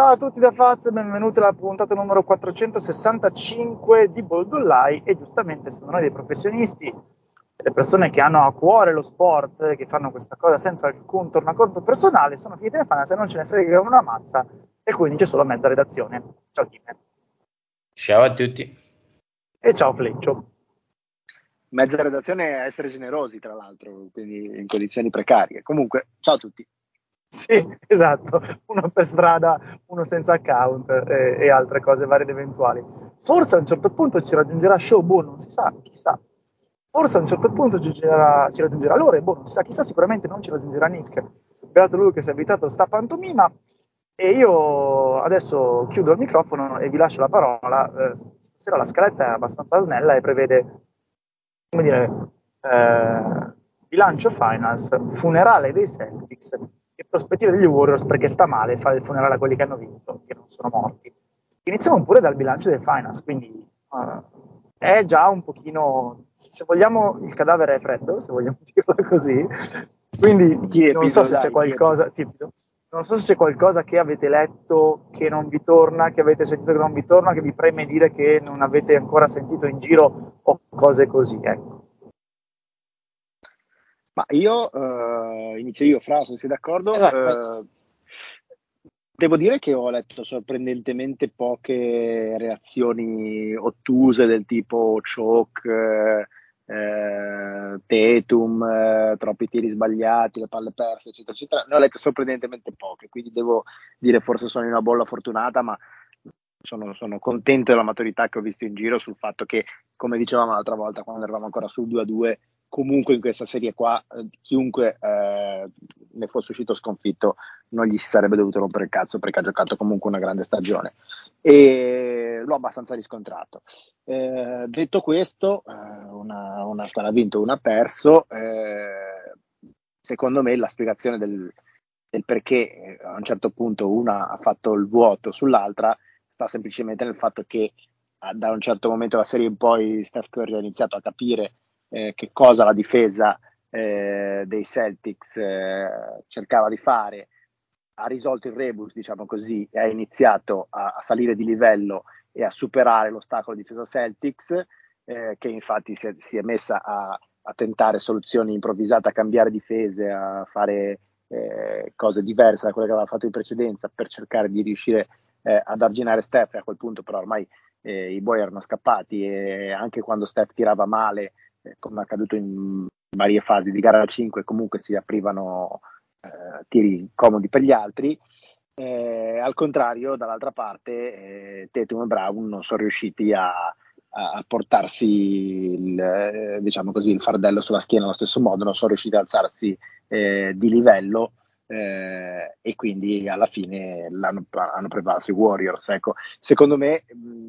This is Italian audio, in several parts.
Ciao a tutti da Faz e benvenuti alla puntata numero 465 di Bold Online. E giustamente sono noi dei professionisti, le persone che hanno a cuore lo sport, che fanno questa cosa senza alcun tornaconto personale, sono finite le fan se non ce ne frega una mazza, e quindi c'è solo mezza redazione. Ciao Tim. Ciao a tutti. E ciao Fleccio. Mezza redazione a essere generosi, tra l'altro, quindi in condizioni precarie. Comunque, ciao a tutti. Sì, esatto, uno per strada, uno senza account e altre cose varie ed eventuali. Forse a un certo punto ci raggiungerà Showboh, non si sa, chissà. Forse a un certo punto ci raggiungerà Lore, non si sa, chissà, sicuramente non ci raggiungerà Nick. Beato lui che si è evitato sta pantomima. E io adesso chiudo il microfono e vi lascio la parola. Stasera la scaletta è abbastanza snella e prevede, come dire, bilancio finals, funerale dei Celtics e prospettive degli Warriors, perché sta male fare il funerale a quelli che hanno vinto, che non sono morti. Iniziamo pure dal bilancio dei finals, quindi è già un pochino, se vogliamo, il cadavere è freddo, se vogliamo dirlo così. Quindi tiepido, non so se c'è qualcosa, tiepido. Non so se c'è qualcosa che avete letto che non vi torna, che avete sentito che non vi torna, che vi preme dire che non avete ancora sentito in giro o cose così, ecco. Ma io inizio io, Fra, se sei d'accordo. Devo dire che ho letto sorprendentemente poche reazioni ottuse del tipo choke, Tatum, troppi tiri sbagliati, le palle perse, eccetera, eccetera. Ne ho lette sorprendentemente poche, quindi devo dire forse sono in una bolla fortunata, ma sono contento della maturità che ho visto in giro sul fatto che, come dicevamo l'altra volta quando eravamo ancora sul 2-2, comunque in questa serie qua chiunque ne fosse uscito sconfitto non gli si sarebbe dovuto rompere il cazzo, perché ha giocato comunque una grande stagione e l'ho abbastanza riscontrato. Detto questo, una squadra ha vinto, una ha perso. Secondo me la spiegazione del perché a un certo punto una ha fatto il vuoto sull'altra sta semplicemente nel fatto che da un certo momento della serie in poi Steph Curry ha iniziato a capire che cosa la difesa dei Celtics cercava di fare, ha risolto il rebus, diciamo così, e ha iniziato a salire di livello e a superare l'ostacolo difesa Celtics, che infatti si è messa a tentare soluzioni improvvisate, a cambiare difese, a fare cose diverse da quelle che aveva fatto in precedenza per cercare di riuscire ad arginare Steph. A quel punto però ormai i buoi erano scappati e anche quando Steph tirava male, come è accaduto in varie fasi di gara 5, comunque si aprivano tiri comodi per gli altri. Al contrario, dall'altra parte, Tatum e Brown non sono riusciti a portarsi diciamo così, il fardello sulla schiena allo stesso modo, non sono riusciti ad alzarsi di livello, e quindi alla fine hanno prevalso i Warriors. Ecco, secondo me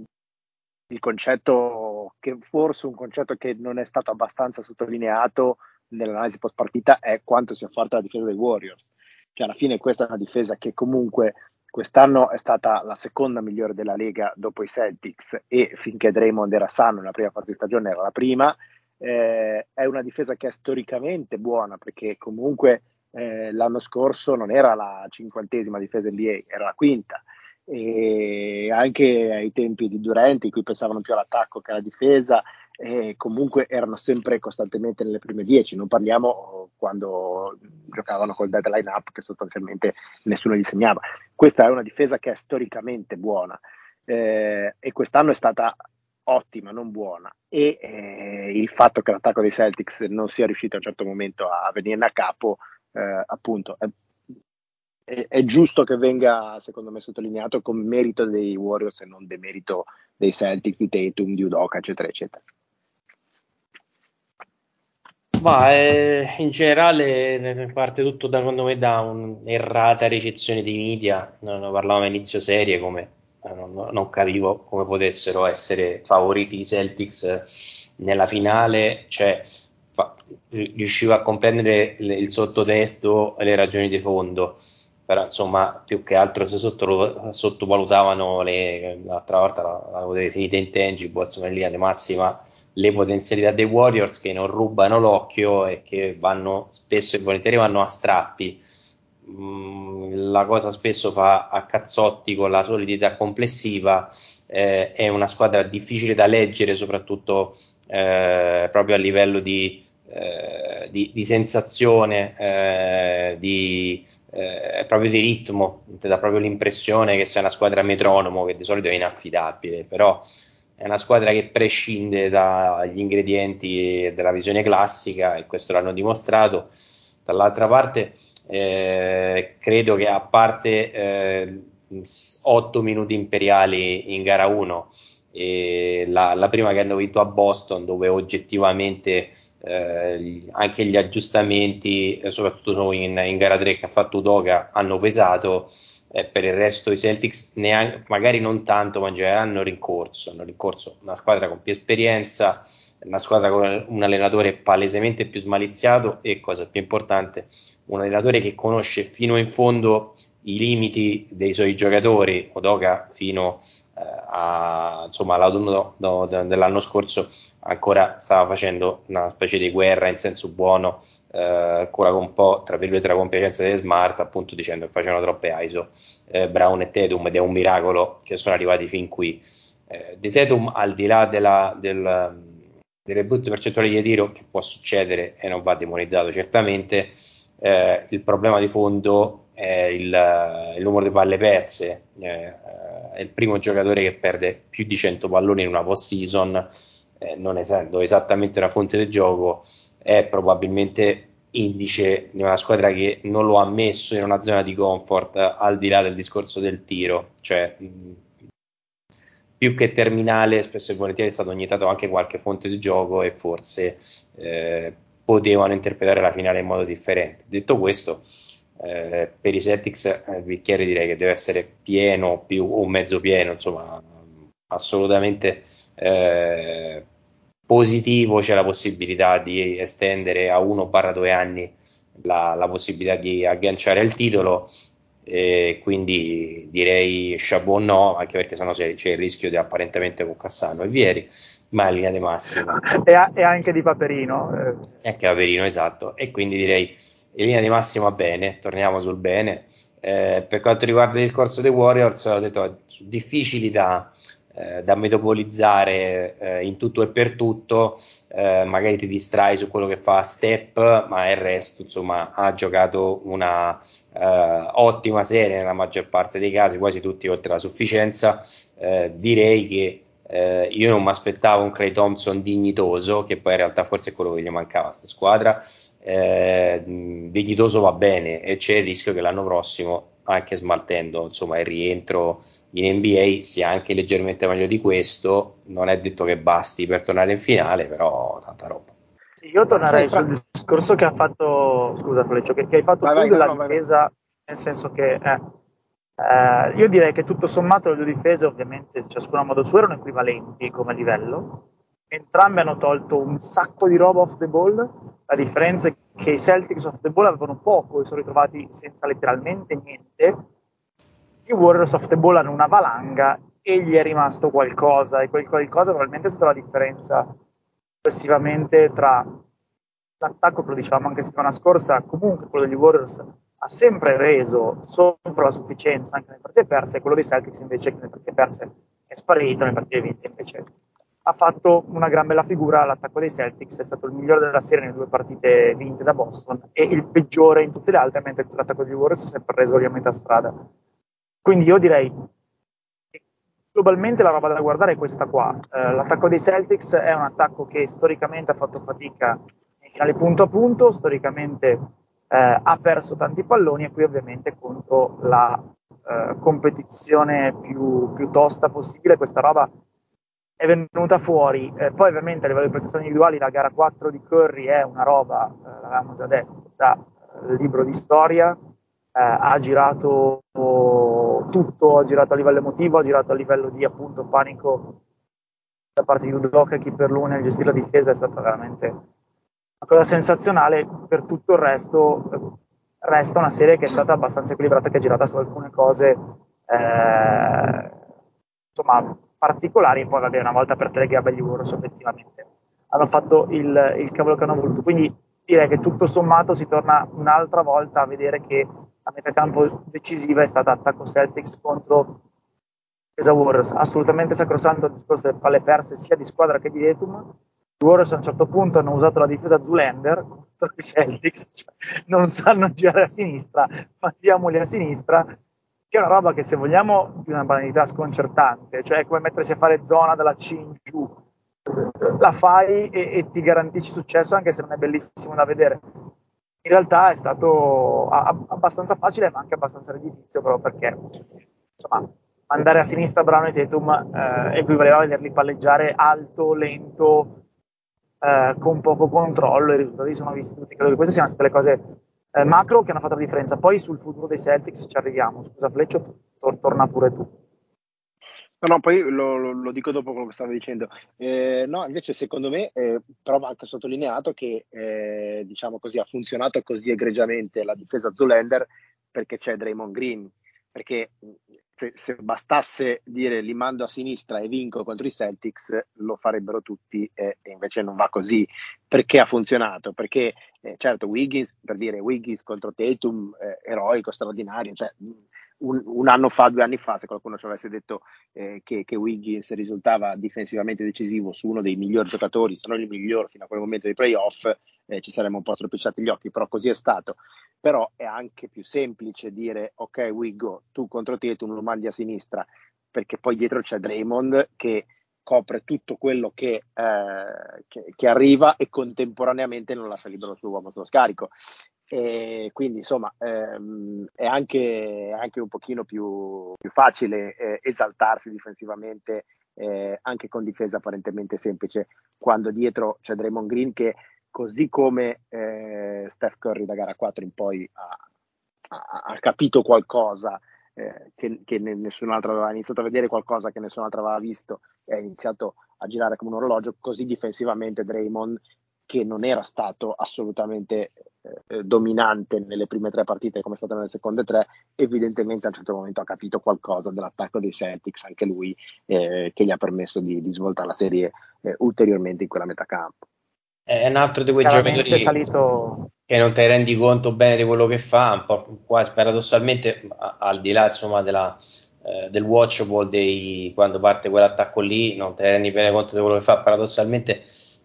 il concetto forse un concetto che non è stato abbastanza sottolineato nell'analisi post partita è quanto sia forte la difesa dei Warriors. Cioè, alla fine questa è una difesa che comunque quest'anno è stata la seconda migliore della Lega dopo i Celtics, e finché Draymond era sano nella prima fase di stagione era la prima. È una difesa che è storicamente buona, perché comunque l'anno scorso non era la 50ª difesa NBA, era la quinta. E anche ai tempi di Durant, in cui pensavano più all'attacco che alla difesa, comunque erano sempre costantemente nelle prime 10. Non parliamo quando giocavano col deadline up, che sostanzialmente nessuno gli segnava. Questa è una difesa che è storicamente buona, e quest'anno è stata ottima, non buona, e il fatto che l'attacco dei Celtics non sia riuscito a un certo momento a venirne a capo, appunto è giusto che venga, secondo me, sottolineato come merito dei Warriors e non demerito dei Celtics, di Tatum, di Udoka, eccetera, eccetera. Ma in generale parte tutto secondo me da un'errata ricezione dei media. Ne parlavamo a inizio serie, come non capivo come potessero essere favoriti i Celtics nella finale, cioè riuscivo a comprendere il sottotesto e le ragioni di fondo, però insomma più che altro se sottovalutavano l'altra volta l'avevo definita intangible, insomma in linea di massima le potenzialità dei Warriors, che non rubano l'occhio e che vanno spesso e volentieri vanno a strappi. la cosa spesso fa a cazzotti con la solidità complessiva, è una squadra difficile da leggere, soprattutto proprio a livello di sensazione, proprio di ritmo, ti dà proprio l'impressione che sia una squadra metronomo, che di solito è inaffidabile, però è una squadra che prescinde dagli ingredienti della visione classica, e questo l'hanno dimostrato. Dall'altra parte, credo che a parte 8 minuti imperiali in gara 1, e la prima che hanno vinto a Boston, dove oggettivamente anche gli aggiustamenti, soprattutto in gara 3 che ha fatto Udoka, hanno pesato. Per il resto i Celtics magari non tanto, ma in generale hanno rincorso una squadra con più esperienza, una squadra con un allenatore palesemente più smaliziato e, cosa più importante, un allenatore che conosce fino in fondo i limiti dei suoi giocatori. Udoka fino all'autunno dell'anno scorso ancora stava facendo una specie di guerra in senso buono, ancora con un po' tra virgolette la compiacenza delle Smart, appunto dicendo che facevano troppe ISO Brown e Tatum, ed è un miracolo che sono arrivati fin qui. Di Tatum, al di là delle brutte percentuali di tiro, che può succedere e non va demonizzato certamente, il problema di fondo è il numero di palle perse. È il primo giocatore che perde più di 100 palloni in una post-season, non essendo esattamente una fonte del gioco, è probabilmente indice di una squadra che non lo ha messo in una zona di comfort, al di là del discorso del tiro, cioè più che terminale, spesso e volentieri è stato iniettato anche qualche fonte di gioco, e forse potevano interpretare la finale in modo differente. Detto questo, per i Celtics il bicchiere direi che deve essere pieno più o mezzo pieno, insomma assolutamente positivo. C'è la possibilità di estendere a 1-2 anni la possibilità di agganciare il titolo, quindi direi chapeau no, anche perché sennò c'è il rischio di apparentemente con Cassano e Vieri, ma in linea di massima e anche di Paperino, e anche Paperino, esatto, e quindi direi in linea di massima bene. Torniamo sul bene. Per quanto riguarda il discorso dei Warriors, ho detto difficili da metabolizzare in tutto e per tutto. Magari ti distrai su quello che fa Step, ma il resto insomma ha giocato una ottima serie nella maggior parte dei casi, quasi tutti oltre la sufficienza. Direi che io non mi aspettavo un Klay Thompson dignitoso, che poi in realtà forse è quello che gli mancava a questa squadra. Dignitoso va bene, e c'è il rischio che l'anno prossimo, anche smaltendo insomma il rientro in NBA, sia anche leggermente meglio di questo. Non è detto che basti per tornare in finale, però tanta roba. Sì, io tornerei sul discorso che ha fatto, scusa Fleccio, che hai fatto tu della difesa, nel senso che io direi che tutto sommato le due difese, ovviamente ciascuna a modo suo, erano equivalenti come livello. Entrambe hanno tolto un sacco di roba off the ball. La differenza è che i Celtics off the ball avevano poco e sono ritrovati senza letteralmente niente. I Warriors off the ball hanno una valanga e gli è rimasto qualcosa, e quel qualcosa probabilmente è stata la differenza successivamente tra l'attacco, che lo dicevamo anche settimana scorsa, comunque quello degli Warriors ha sempre reso sopra la sufficienza anche nelle partite perse, e quello dei Celtics invece che nelle partite perse è sparito, nelle partite vinte invece ha fatto una gran bella figura. L'attacco dei Celtics è stato il migliore della serie nelle 2 partite vinte da Boston e il peggiore in tutte le altre, mentre l'attacco degli Warriors si è sempre reso lì a metà strada. Quindi io direi che globalmente la roba da guardare è questa qua. L'attacco dei Celtics è un attacco che storicamente ha fatto fatica nei finali punto a punto, storicamente ha perso tanti palloni, e qui ovviamente contro la competizione più tosta possibile questa roba è venuta fuori. Poi ovviamente a livello di prestazioni individuali la gara 4 di Curry è una roba, l'avevamo già detto, da libro di storia. Ha girato tutto, ha girato a livello emotivo, ha girato a livello di appunto panico da parte di Udoka, e chi per lui nel gestire la difesa è stata veramente una cosa sensazionale. Per tutto il resto resta una serie che è stata abbastanza equilibrata, che è girata su alcune cose insomma particolari, e poi va bene, una volta per te che gli Warriors obiettivamente hanno fatto il cavolo che hanno voluto. Quindi direi che tutto sommato si torna un'altra volta a vedere che la metacampo decisiva è stata attacco Celtics contro difesa Warriors, assolutamente sacrosanto il discorso delle palle perse sia di squadra che di Tatum. I Warriors a un certo punto hanno usato la difesa Zoolander contro i Celtics, cioè non sanno girare a sinistra, mandiamoli a sinistra, che è una roba che, se vogliamo, di una banalità sconcertante, cioè è come mettersi a fare zona dalla C in giù, la fai e ti garantisci successo anche se non è bellissimo da vedere. In realtà è stato abbastanza facile, ma anche abbastanza redditizio, proprio perché insomma andare a sinistra Brown e Tatum equivaleva a vederli palleggiare alto, lento, con poco controllo. I risultati sono visti tutti. Credo che queste siano state le cose macro che hanno fatto la differenza. Poi sul futuro dei Celtics ci arriviamo. Scusa Fleccio, torna pure tu. No, poi lo dico dopo quello che stavo dicendo. No, invece secondo me, però va anche sottolineato che diciamo così, ha funzionato così egregiamente la difesa Zoolander perché c'è Draymond Green, perché se bastasse dire li mando a sinistra e vinco contro i Celtics, lo farebbero tutti, e invece non va così. Perché ha funzionato? Perché certo, Wiggins, per dire Wiggins contro Tatum, eroico, straordinario, cioè un anno fa, 2 anni fa, se qualcuno ci avesse detto che Wiggins risultava difensivamente decisivo su uno dei migliori giocatori, se non il miglior fino a quel momento dei playoff, ci saremmo un po' stropicciati gli occhi, però così è stato. Però è anche più semplice dire ok Wiggo, tu contro te tu lo mandi a sinistra, perché poi dietro c'è Draymond che copre tutto quello che arriva e contemporaneamente non lascia libero il suo uomo sullo scarico. E quindi insomma è anche un pochino più facile esaltarsi difensivamente anche con difesa apparentemente semplice, quando dietro c'è Draymond Green che, così come Steph Curry da gara 4 in poi ha capito qualcosa che nessun altro aveva, iniziato a vedere qualcosa che nessun altro aveva visto e ha iniziato a girare come un orologio. Così difensivamente Draymond, che non era stato assolutamente dominante nelle prime 3 partite come è stato nelle seconde 3, evidentemente a un certo momento ha capito qualcosa dell'attacco dei Celtics, anche lui, che gli ha permesso di svoltare la serie ulteriormente in quella metà campo. È un altro di quei Chiaramente giocatori salito. che non ti rendi conto bene di quello che fa, un po' quasi paradossalmente, al di là insomma del watchable quando parte quell'attacco lì, non ti rendi bene conto di quello che fa, paradossalmente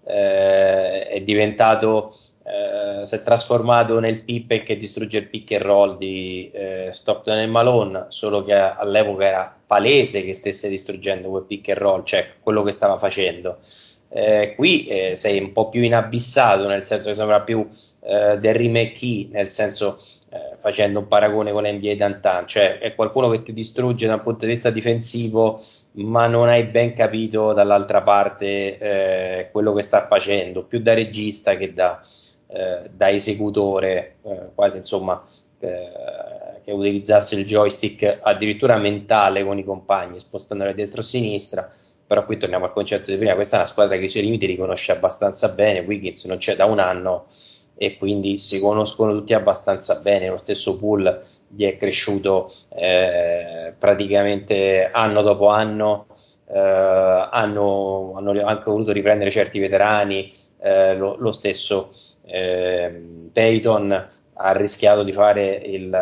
è diventato, si è trasformato nel Pippen che distrugge il pick and roll di Stockton e Malone, solo che all'epoca era palese che stesse distruggendo quel pick and roll, cioè quello che stava facendo. Qui sei un po' più inabissato, nel senso che sembra più del remake, nel senso facendo un paragone con l'NBA d'antan, cioè è qualcuno che ti distrugge da un punto di vista difensivo, ma non hai ben capito dall'altra parte quello che sta facendo, più da regista che da esecutore, quasi insomma che utilizzasse il joystick addirittura mentale con i compagni, spostandolo a destra o a sinistra. Però qui torniamo al concetto di prima, questa è una squadra che i suoi limiti li conosce abbastanza bene, Wiggins non c'è da un anno e quindi si conoscono tutti abbastanza bene, lo stesso Poole gli è cresciuto praticamente anno dopo anno, hanno anche voluto riprendere certi veterani, lo stesso Peyton ha rischiato di fare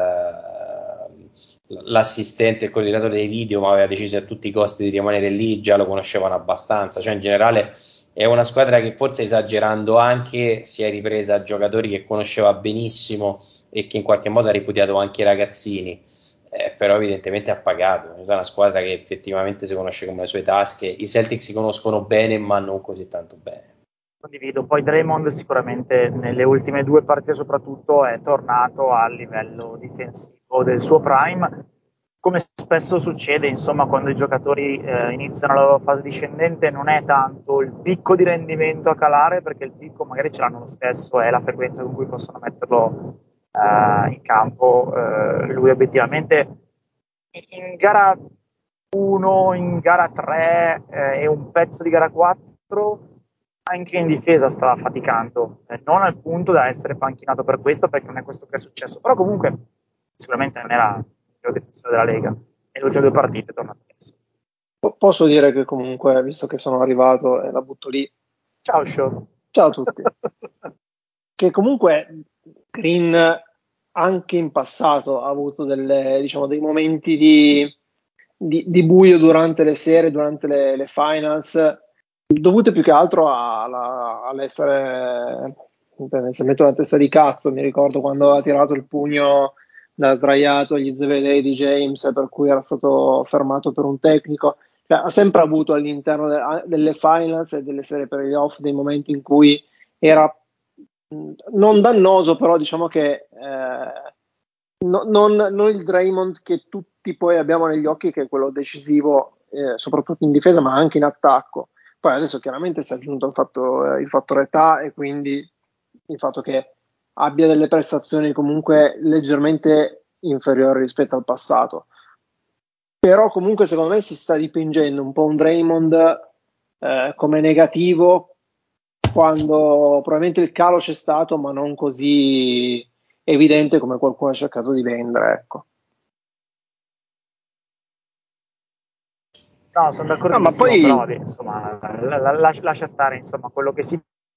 l'assistente e il coordinatore dei video, ma aveva deciso a tutti i costi di rimanere lì, già lo conoscevano abbastanza, cioè in generale è una squadra che, forse esagerando anche, si è ripresa a giocatori che conosceva benissimo e che in qualche modo ha ripudiato anche i ragazzini, però evidentemente ha pagato. È una squadra che effettivamente si conosce come le sue tasche. I Celtics si conoscono bene, ma non così tanto bene. Condivido. Poi Draymond sicuramente nelle ultime 2 partite soprattutto è tornato al livello difensivo del suo prime, come spesso succede, insomma, quando i giocatori iniziano la loro fase discendente. Non è tanto il picco di rendimento a calare, perché il picco magari ce l'hanno lo stesso, è la frequenza con cui possono metterlo in campo. Lui obiettivamente in gara 1, in gara 3 e un pezzo di gara 4 anche in difesa stava faticando, non al punto da essere panchinato per questo, perché non è questo che è successo, però comunque sicuramente non era il miglior difensore della Lega, e le ultime 2 partite è tornato adesso. Posso dire che comunque, visto che sono arrivato e la butto lì, Ciao Show. ciao a tutti, che comunque Green anche in passato ha avuto diciamo, dei momenti di buio durante le serie, durante le finals, dovute più che altro all'essere tendenzialmente una testa di cazzo. Mi ricordo quando ha tirato il pugno da sdraiato agli Zebedei di James, per cui era stato fermato per un tecnico. Cioè, ha sempre avuto all'interno delle finals e delle serie playoff dei momenti in cui era non dannoso, però diciamo che non il Draymond che tutti poi abbiamo negli occhi, che è quello decisivo, soprattutto in difesa, ma anche in attacco. Poi adesso chiaramente si è aggiunto il fattore età, e quindi il fatto che abbia delle prestazioni comunque leggermente inferiori rispetto al passato. Però comunque secondo me si sta dipingendo un po' un Draymond come negativo, quando probabilmente il calo c'è stato, ma non così evidente come qualcuno ha cercato di vendere, ecco. No, sono No, ma d'accordissimo, però poi vabbè, insomma, lascia stare, insomma, quello che si...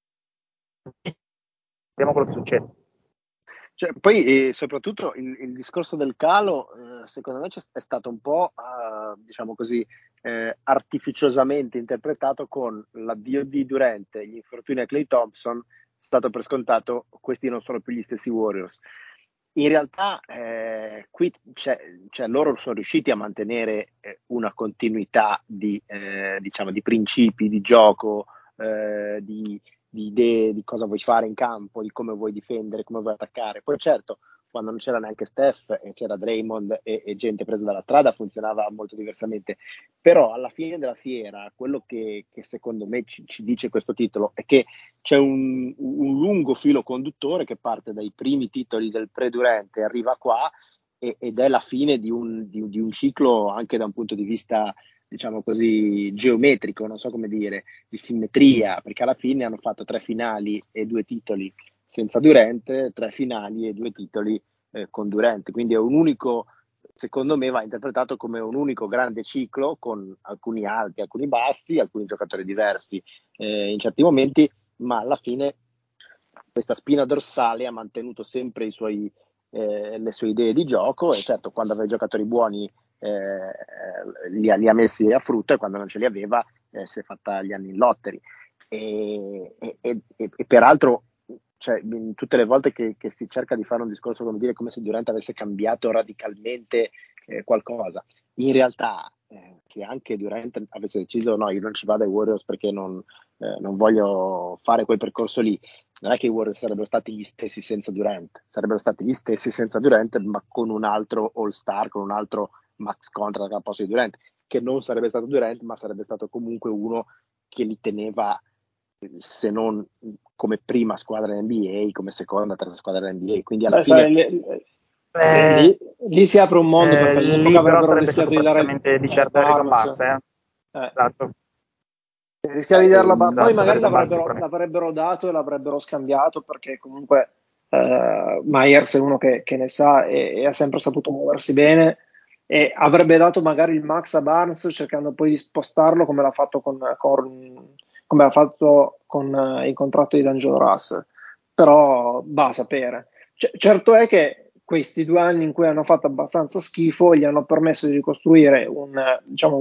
Vediamo quello che succede. Cioè, poi soprattutto il discorso del calo, secondo me è stato un po', diciamo così, artificiosamente interpretato con l'addio di Durant, gli infortuni a Klay Thompson, è stato per scontato, questi non sono più gli stessi Warriors. In realtà, qui cioè, loro sono riusciti a mantenere una continuità diciamo, di principi, di gioco, di idee di cosa vuoi fare in campo, di come vuoi difendere, come vuoi attaccare. Poi certo, quando non c'era neanche Steph e c'era Draymond e gente presa dalla strada, funzionava molto diversamente. Però alla fine della fiera, quello che secondo me ci dice questo titolo è che c'è un lungo filo conduttore che parte dai primi titoli del pre-Durant e arriva qua, ed è la fine di un ciclo anche da un punto di vista, diciamo così, geometrico, non so come dire, di simmetria, perché alla fine hanno fatto 3 finali e 2 titoli senza Durant, 3 finali e 2 titoli con Durant, quindi è un unico, secondo me va interpretato come un unico grande ciclo con alcuni alti, alcuni bassi, alcuni giocatori diversi in certi momenti, ma alla fine questa spina dorsale ha mantenuto sempre le sue idee di gioco, e certo quando aveva i giocatori buoni li ha messi a frutto, e quando non ce li aveva si è fatta gli anni in lottery. E peraltro, cioè, tutte le volte che si cerca di fare un discorso come se Durant avesse cambiato radicalmente qualcosa, in realtà se anche Durant avesse deciso no, io non ci vado ai Warriors perché non voglio fare quel percorso lì, non è che i Warriors sarebbero stati gli stessi senza Durant, sarebbero stati gli stessi senza Durant, ma con un altro All-Star, con un altro max contract al posto di Durant, che non sarebbe stato Durant, ma sarebbe stato comunque uno che li teneva, se non come prima squadra NBA, come seconda, terza squadra NBA. Quindi alla Beh, fine... sai, Eh, lì si apre un mondo, perché all'epoca lì però avrebbero sarebbe stato rischiato di dare praticamente di certo Harrison Barnes. Barnes, eh? Eh, Esatto, rischiava di darla, poi esatto, magari Harrison Barnes sicuramente. l'avrebbero dato e l'avrebbero scambiato, perché comunque Myers è uno che ne sa, e ha sempre saputo muoversi bene, e avrebbe dato magari il max a Barnes, cercando poi di spostarlo come l'ha fatto come ha fatto con il contratto di D'Angelo Russell. Però va a sapere. Certo è che questi 2 anni in cui hanno fatto abbastanza schifo gli hanno permesso di ricostruire diciamo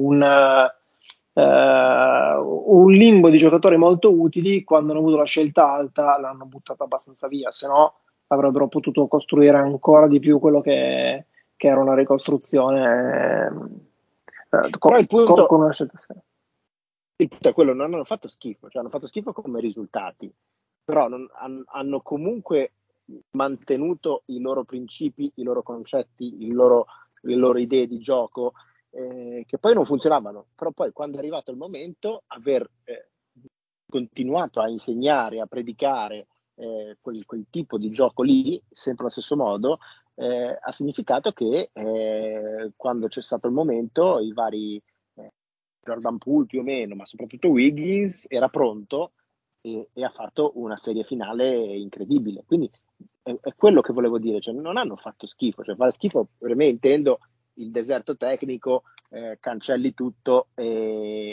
un limbo di giocatori molto utili. Quando hanno avuto la scelta alta l'hanno buttata abbastanza via, se no avrebbero potuto costruire ancora di più quello che era una ricostruzione Però con una scelta seria. il punto è quello, non hanno fatto schifo, cioè hanno fatto schifo come risultati, però hanno comunque mantenuto i loro principi, i loro concetti, le loro idee di gioco, che poi non funzionavano, però poi quando è arrivato il momento, aver continuato a insegnare, a predicare quel tipo di gioco lì, sempre allo stesso modo, ha significato che quando c'è stato il momento, i vari Jordan Poole più o meno, ma soprattutto Wiggins era pronto e ha fatto una serie finale incredibile. Quindi è quello che volevo dire, cioè, non hanno fatto schifo, cioè fare schifo per me intendo il deserto tecnico, cancelli tutto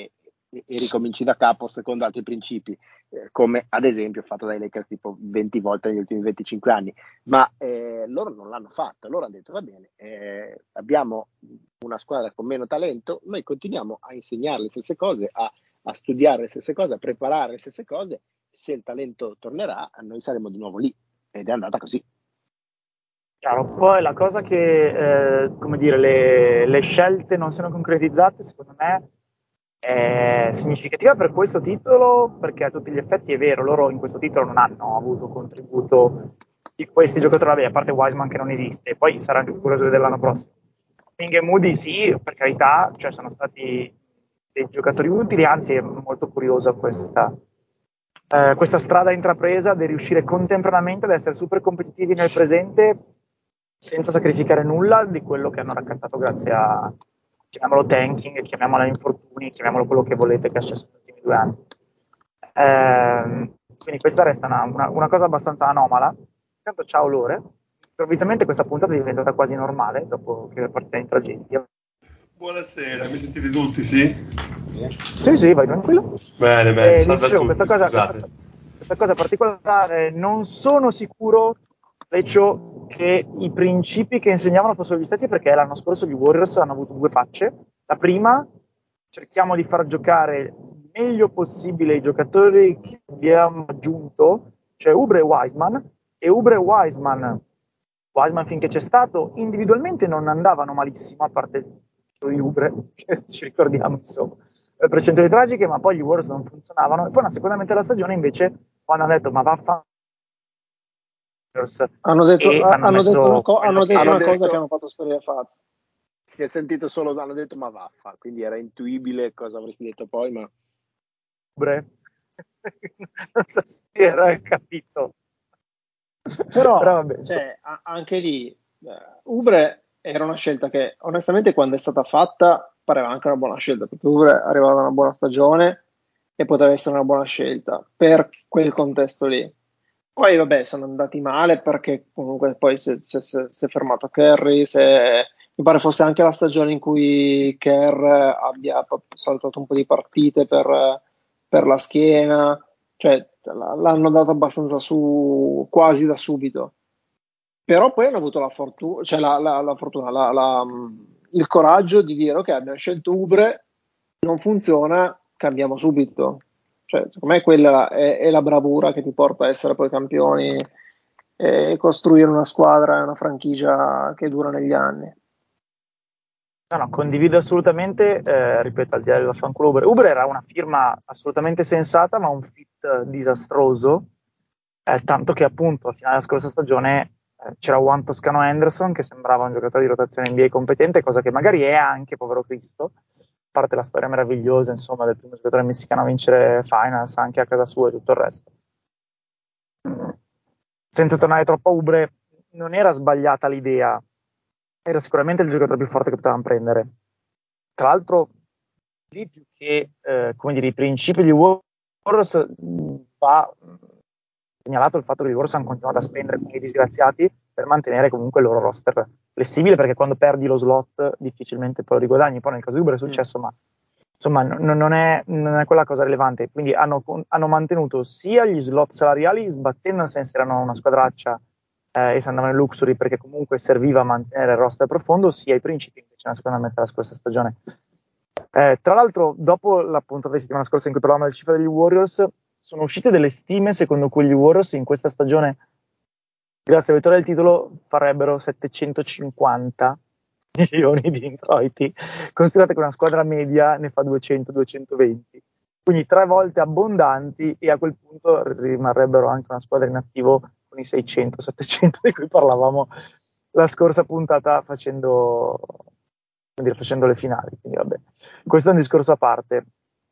e ricominci da capo secondo altri principi, come ad esempio fatto dai Lakers tipo 20 volte negli ultimi 25 anni, ma loro non l'hanno fatto, loro hanno detto va bene, abbiamo una squadra con meno talento, noi continuiamo a insegnare le stesse cose, a studiare le stesse cose, a preparare le stesse cose, se il talento tornerà noi saremo di nuovo lì, ed è andata così. Chiaro, poi la cosa che, come dire, le scelte non siano concretizzate, secondo me, è significativa per questo titolo, perché a tutti gli effetti è vero, loro in questo titolo non hanno avuto contributo di questi giocatori, vabbè, a parte Wiseman che non esiste, poi sarà anche curioso vedere l'anno prossimo. King e Moody sì, per carità, cioè sono stati dei giocatori utili, anzi è molto curiosa questa strada intrapresa di riuscire contemporaneamente ad essere super competitivi nel presente senza sacrificare nulla di quello che hanno raccattato grazie a, chiamiamolo tanking, chiamiamolo infortuni, chiamiamolo quello che volete che è successo negli ultimi 2 anni. Quindi questa resta una cosa abbastanza anomala. Intanto ciao Lore, improvvisamente questa puntata è diventata quasi normale dopo che è partita in tragedia. Buonasera, mi sentite tutti, sì? Sì, vai tranquillo. Bene, salve a Dicevo, tutti, scusate. questa cosa particolare, non sono sicuro, Leccio, che i principi che insegnavano fossero gli stessi, perché l'anno scorso gli Warriors hanno avuto 2 facce. La prima, cerchiamo di far giocare il meglio possibile i giocatori che abbiamo aggiunto, cioè Oubre e Wiseman, e Oubre e Wiseman finché c'è stato, individualmente non andavano malissimo, a parte di Oubre, che ci ricordiamo, insomma, percentuali tragiche, ma poi gli Warriors non funzionavano. E poi una seconda metà della stagione invece quando hanno detto ma vaffanculo, Hanno detto una hanno cosa detto, che hanno fatto sparire Faz. si è sentito solo, hanno detto ma vaffa, quindi era intuibile cosa avresti detto poi, ma non so se era capito. Però vabbè, cioè, anche lì Oubre era una scelta che onestamente quando è stata fatta pareva anche una buona scelta, perché Oubre arrivava da una buona stagione e poteva essere una buona scelta per quel contesto lì. Poi vabbè, sono andati male perché comunque poi si è fermato Curry, mi pare fosse anche la stagione in cui Kerr abbia saltato un po' di partite per la schiena, cioè l'hanno dato abbastanza su quasi da subito. Però poi hanno avuto la fortuna, cioè la fortuna, il coraggio di dire ok, abbiamo scelto Oubre, non funziona, cambiamo subito. Cioè, secondo me quella è la bravura che ti porta a essere poi campioni e costruire una squadra e una franchigia che dura negli anni. No, condivido assolutamente, ripeto, al di là del vaffanculo Uber era una firma assolutamente sensata, ma un fit disastroso, tanto che appunto a finale della scorsa stagione c'era Juan Toscano Anderson che sembrava un giocatore di rotazione NBA competente, cosa che magari è anche, povero Cristo, a parte la storia meravigliosa, insomma, del primo giocatore messicano a vincere Finals anche a casa sua e tutto il resto. Senza tornare troppo a Ubre, non era sbagliata l'idea, era sicuramente il giocatore più forte che potevano prendere. Tra l'altro, lì più che come dire, i principi di Warriors va segnalato il fatto che i Warriors hanno continuato a spendere come i disgraziati per mantenere comunque il loro roster flessibile, perché quando perdi lo slot difficilmente poi lo riguadagni. Poi nel caso di Uber è successo, ma insomma non è quella cosa rilevante. Quindi hanno mantenuto sia gli slot salariali sbattendo, nel senso erano una squadraccia e si andavano in luxury perché comunque serviva a mantenere il roster profondo, sia i principi invece nella seconda metà della scorsa stagione. Tra l'altro, dopo la puntata di settimana scorsa in cui parlavamo delle cifre degli Warriors, sono uscite delle stime secondo cui gli Warriors in questa stagione, grazie alla vittoria del titolo, farebbero 750 milioni di introiti. Considerate che una squadra media ne fa 200-220. Quindi 3 volte abbondanti, e a quel punto rimarrebbero anche una squadra in attivo con i 600-700 di cui parlavamo la scorsa puntata facendo le finali. Quindi vabbè, questo è un discorso a parte.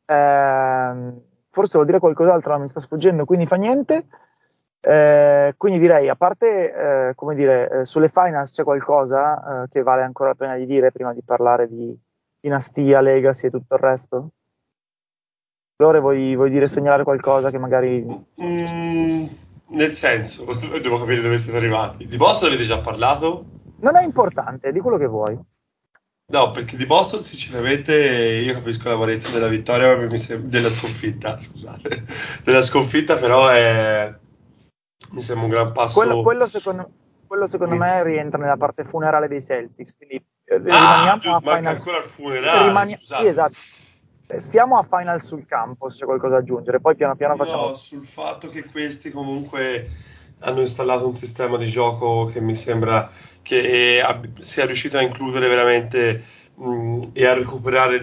Forse vuol dire qualcos'altro, ma mi sta sfuggendo, quindi fa niente. Quindi direi, a parte come dire, sulle finals c'è qualcosa che vale ancora la pena di dire prima di parlare di dinastia, legacy e tutto il resto? Lore, vuoi dire, segnalare qualcosa che magari Nel senso, devo capire dove siete arrivati. Di Boston avete già parlato? non è importante, di quello che vuoi. No, perché di Boston sinceramente io capisco l'amarezza della vittoria, ma della sconfitta, scusate, della sconfitta però mi sembra un gran passo. Quello secondo me rientra nella parte funerale dei Celtics, quindi Ah, rimaniamo a manca finals. ancora il funerale, Sì, scusate. esatto. Stiamo a finals sul campo, se c'è qualcosa da aggiungere, poi piano piano facciamo. No, sul fatto che questi comunque hanno installato un sistema di gioco che mi sembra che sia riuscito a includere veramente e a recuperare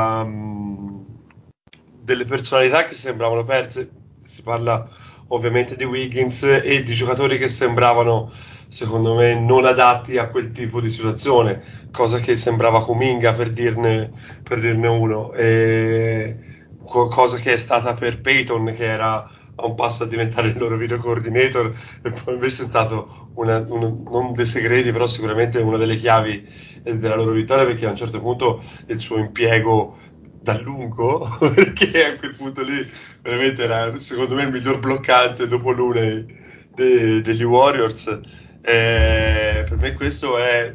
delle personalità che sembravano perse. Si parla ovviamente di Wiggins e di giocatori che sembravano, secondo me, non adatti a quel tipo di situazione, cosa che sembrava Kuminga per dirne uno. Cosa che è stata per Peyton, che era a un passo a diventare il loro video coordinator, e poi invece è stato non dei segreti, però sicuramente una delle chiavi della loro vittoria, perché a un certo punto il suo impiego da lungo, perché a quel punto lì veramente era secondo me il miglior bloccante dopo l'une degli Warriors. Per me questo è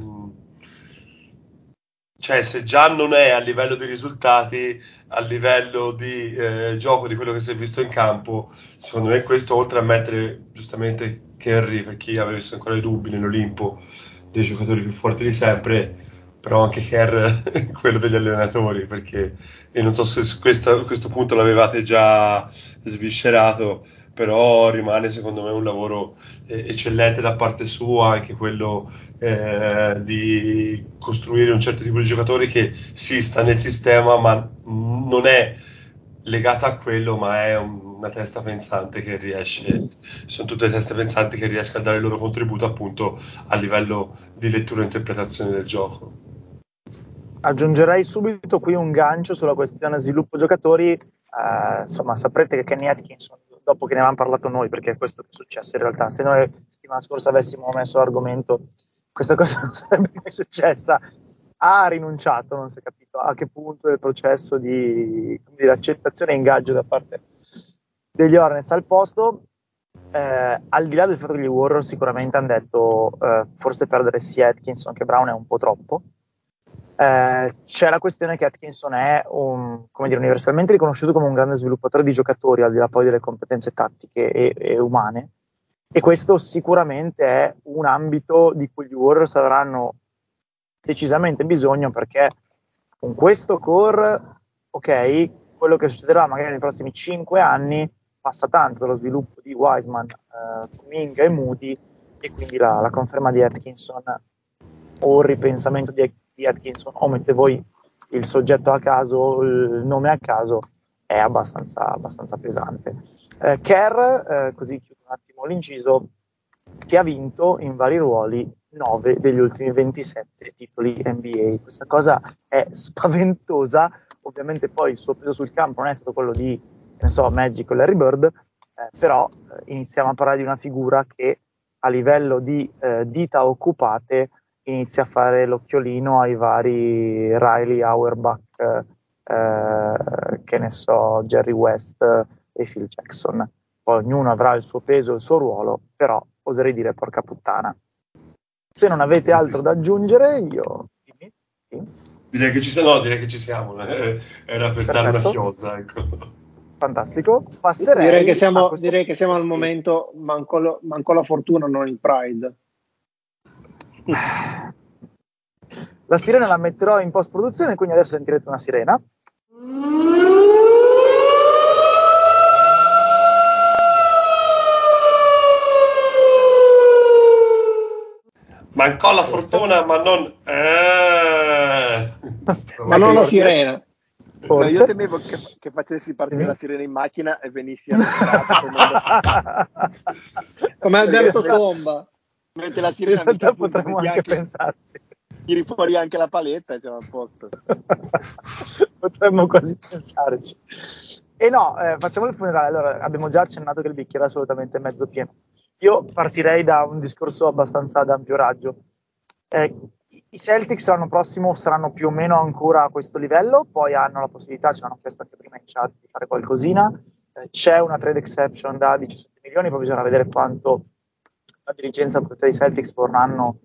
cioè, se già non è a livello di risultati, a livello di gioco, di quello che si è visto in campo, secondo me questo, oltre a mettere giustamente Kerry, per chi avesse ancora i dubbi, nell'Olimpo dei giocatori più forti di sempre, però anche Kerr quello degli allenatori, perché io non so se a questo punto l'avevate già sviscerato, però rimane secondo me un lavoro eccellente da parte sua, anche quello di costruire un certo tipo di giocatore che sì, sta nel sistema, ma non è legata a quello, ma è una testa pensante che riesce, sono tutte teste pensanti che riescono a dare il loro contributo appunto a livello di lettura e interpretazione del gioco. Aggiungerei subito qui un gancio sulla questione sviluppo giocatori. Insomma, saprete che Kenny Atkinson, dopo che ne avevamo parlato noi, perché è questo che è successo in realtà, se noi settimana scorsa avessimo messo l'argomento, questa cosa non sarebbe mai successa. Ha rinunciato, non si è capito a che punto del processo di accettazione e ingaggio da parte degli Hornets al posto. Al di là del fatto che gli Warriors sicuramente hanno detto forse perdere sia Atkinson che Brown è un po' troppo. C'è la questione che Atkinson è universalmente riconosciuto come un grande sviluppatore di giocatori, al di là poi delle competenze tattiche e umane, e questo sicuramente è un ambito di cui gli Warriors avranno decisamente bisogno, perché con questo core, ok, quello che succederà magari nei prossimi 5 anni passa tanto dallo sviluppo di Wiseman, Kuminga e Moody, e quindi la conferma di Atkinson o il ripensamento di Atkinson, o mette voi il soggetto a caso, il nome a caso, è abbastanza pesante. Kerr, così chiudo un attimo l'inciso, che ha vinto in vari ruoli 9 degli ultimi 27 titoli NBA. Questa cosa è spaventosa. Ovviamente poi il suo peso sul campo non è stato quello di, ne so, Magic o Larry Bird, però iniziamo a parlare di una figura che a livello di dita occupate inizia a fare l'occhiolino ai vari Riley, Auerbach, che ne so, Jerry West e Phil Jackson. Poi ognuno avrà il suo peso e il suo ruolo, però oserei dire porca puttana. Se non avete altro da aggiungere, io... Sì. Direi che ci siamo, no, direi che ci siamo. Era per dare una chiosa, ecco. Fantastico. Passerei direi che siamo al momento, manco la fortuna, non il Pride. La sirena la metterò in post produzione, quindi adesso sentirete una sirena. Mancò la fortuna, ma non... Ma non la sirena. No, io temevo che facessi partire la sirena in macchina e venissi arrestato come Alberto Tomba. Mentre la sirena in realtà potremmo anche pensarci. Tiri fuori anche la paletta e siamo a posto. Potremmo quasi pensarci. E no, facciamo il funerale. Allora, abbiamo già accennato che il bicchiere è assolutamente mezzo pieno. Io partirei da un discorso abbastanza ad ampio raggio. I Celtics l'anno prossimo saranno più o meno ancora a questo livello, poi hanno la possibilità, ce l'hanno chiesto anche prima in chat, di fare qualcosina. C'è una trade exception da 17 milioni, poi bisogna vedere quanto la dirigenza e la proprietà dei Celtics vorranno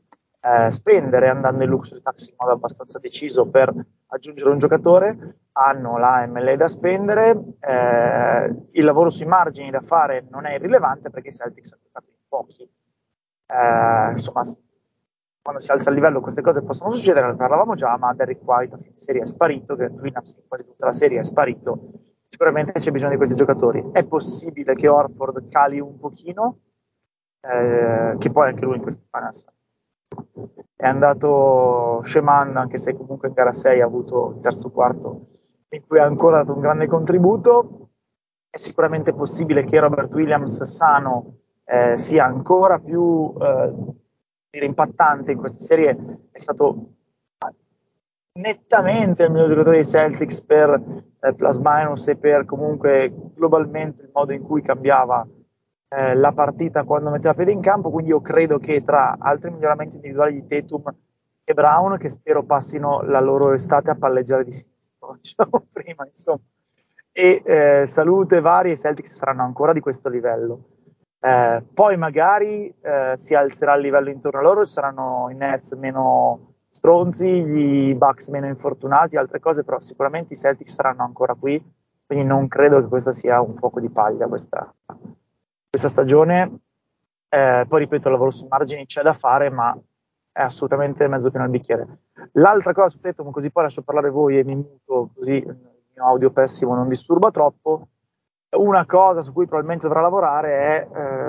spendere andando in luxury tax in modo abbastanza deciso per aggiungere un giocatore, hanno la MLA da spendere, il lavoro sui margini da fare non è irrilevante perché i Celtics hanno giocato in pochi, insomma quando si alza il livello queste cose possono succedere, ne parlavamo già, ma Derrick White a fine serie è sparito, Grant Williams in quasi tutta la serie è sparito, sicuramente c'è bisogno di questi giocatori. È possibile che Horford cali un pochino, che poi anche lui in queste finals è andato scemando, anche se comunque in gara 6 ha avuto il terzo quarto in cui ha ancora dato un grande contributo. È sicuramente possibile che Robert Williams sano sia ancora più impattante in questa serie. È stato nettamente il miglior giocatore dei Celtics per plus minus e per comunque globalmente il modo in cui cambiava la partita quando metteva piede in campo, quindi io credo che tra altri miglioramenti individuali di Tatum e Brown, che spero passino la loro estate a palleggiare di sinistro, diciamo prima, insomma, e salute varie, i Celtics saranno ancora di questo livello. Poi magari si alzerà il livello intorno a loro, ci saranno i Nets meno stronzi, gli Bucks meno infortunati, altre cose, però sicuramente i Celtics saranno ancora qui, quindi non credo che questo sia un fuoco di paglia questa stagione. Poi ripeto, il lavoro sui margini c'è da fare, ma è assolutamente mezzo pieno il bicchiere. L'altra cosa su Tatum, così poi lascio parlare voi e mi muto, così il mio audio pessimo non disturba troppo. Una cosa su cui probabilmente dovrà lavorare è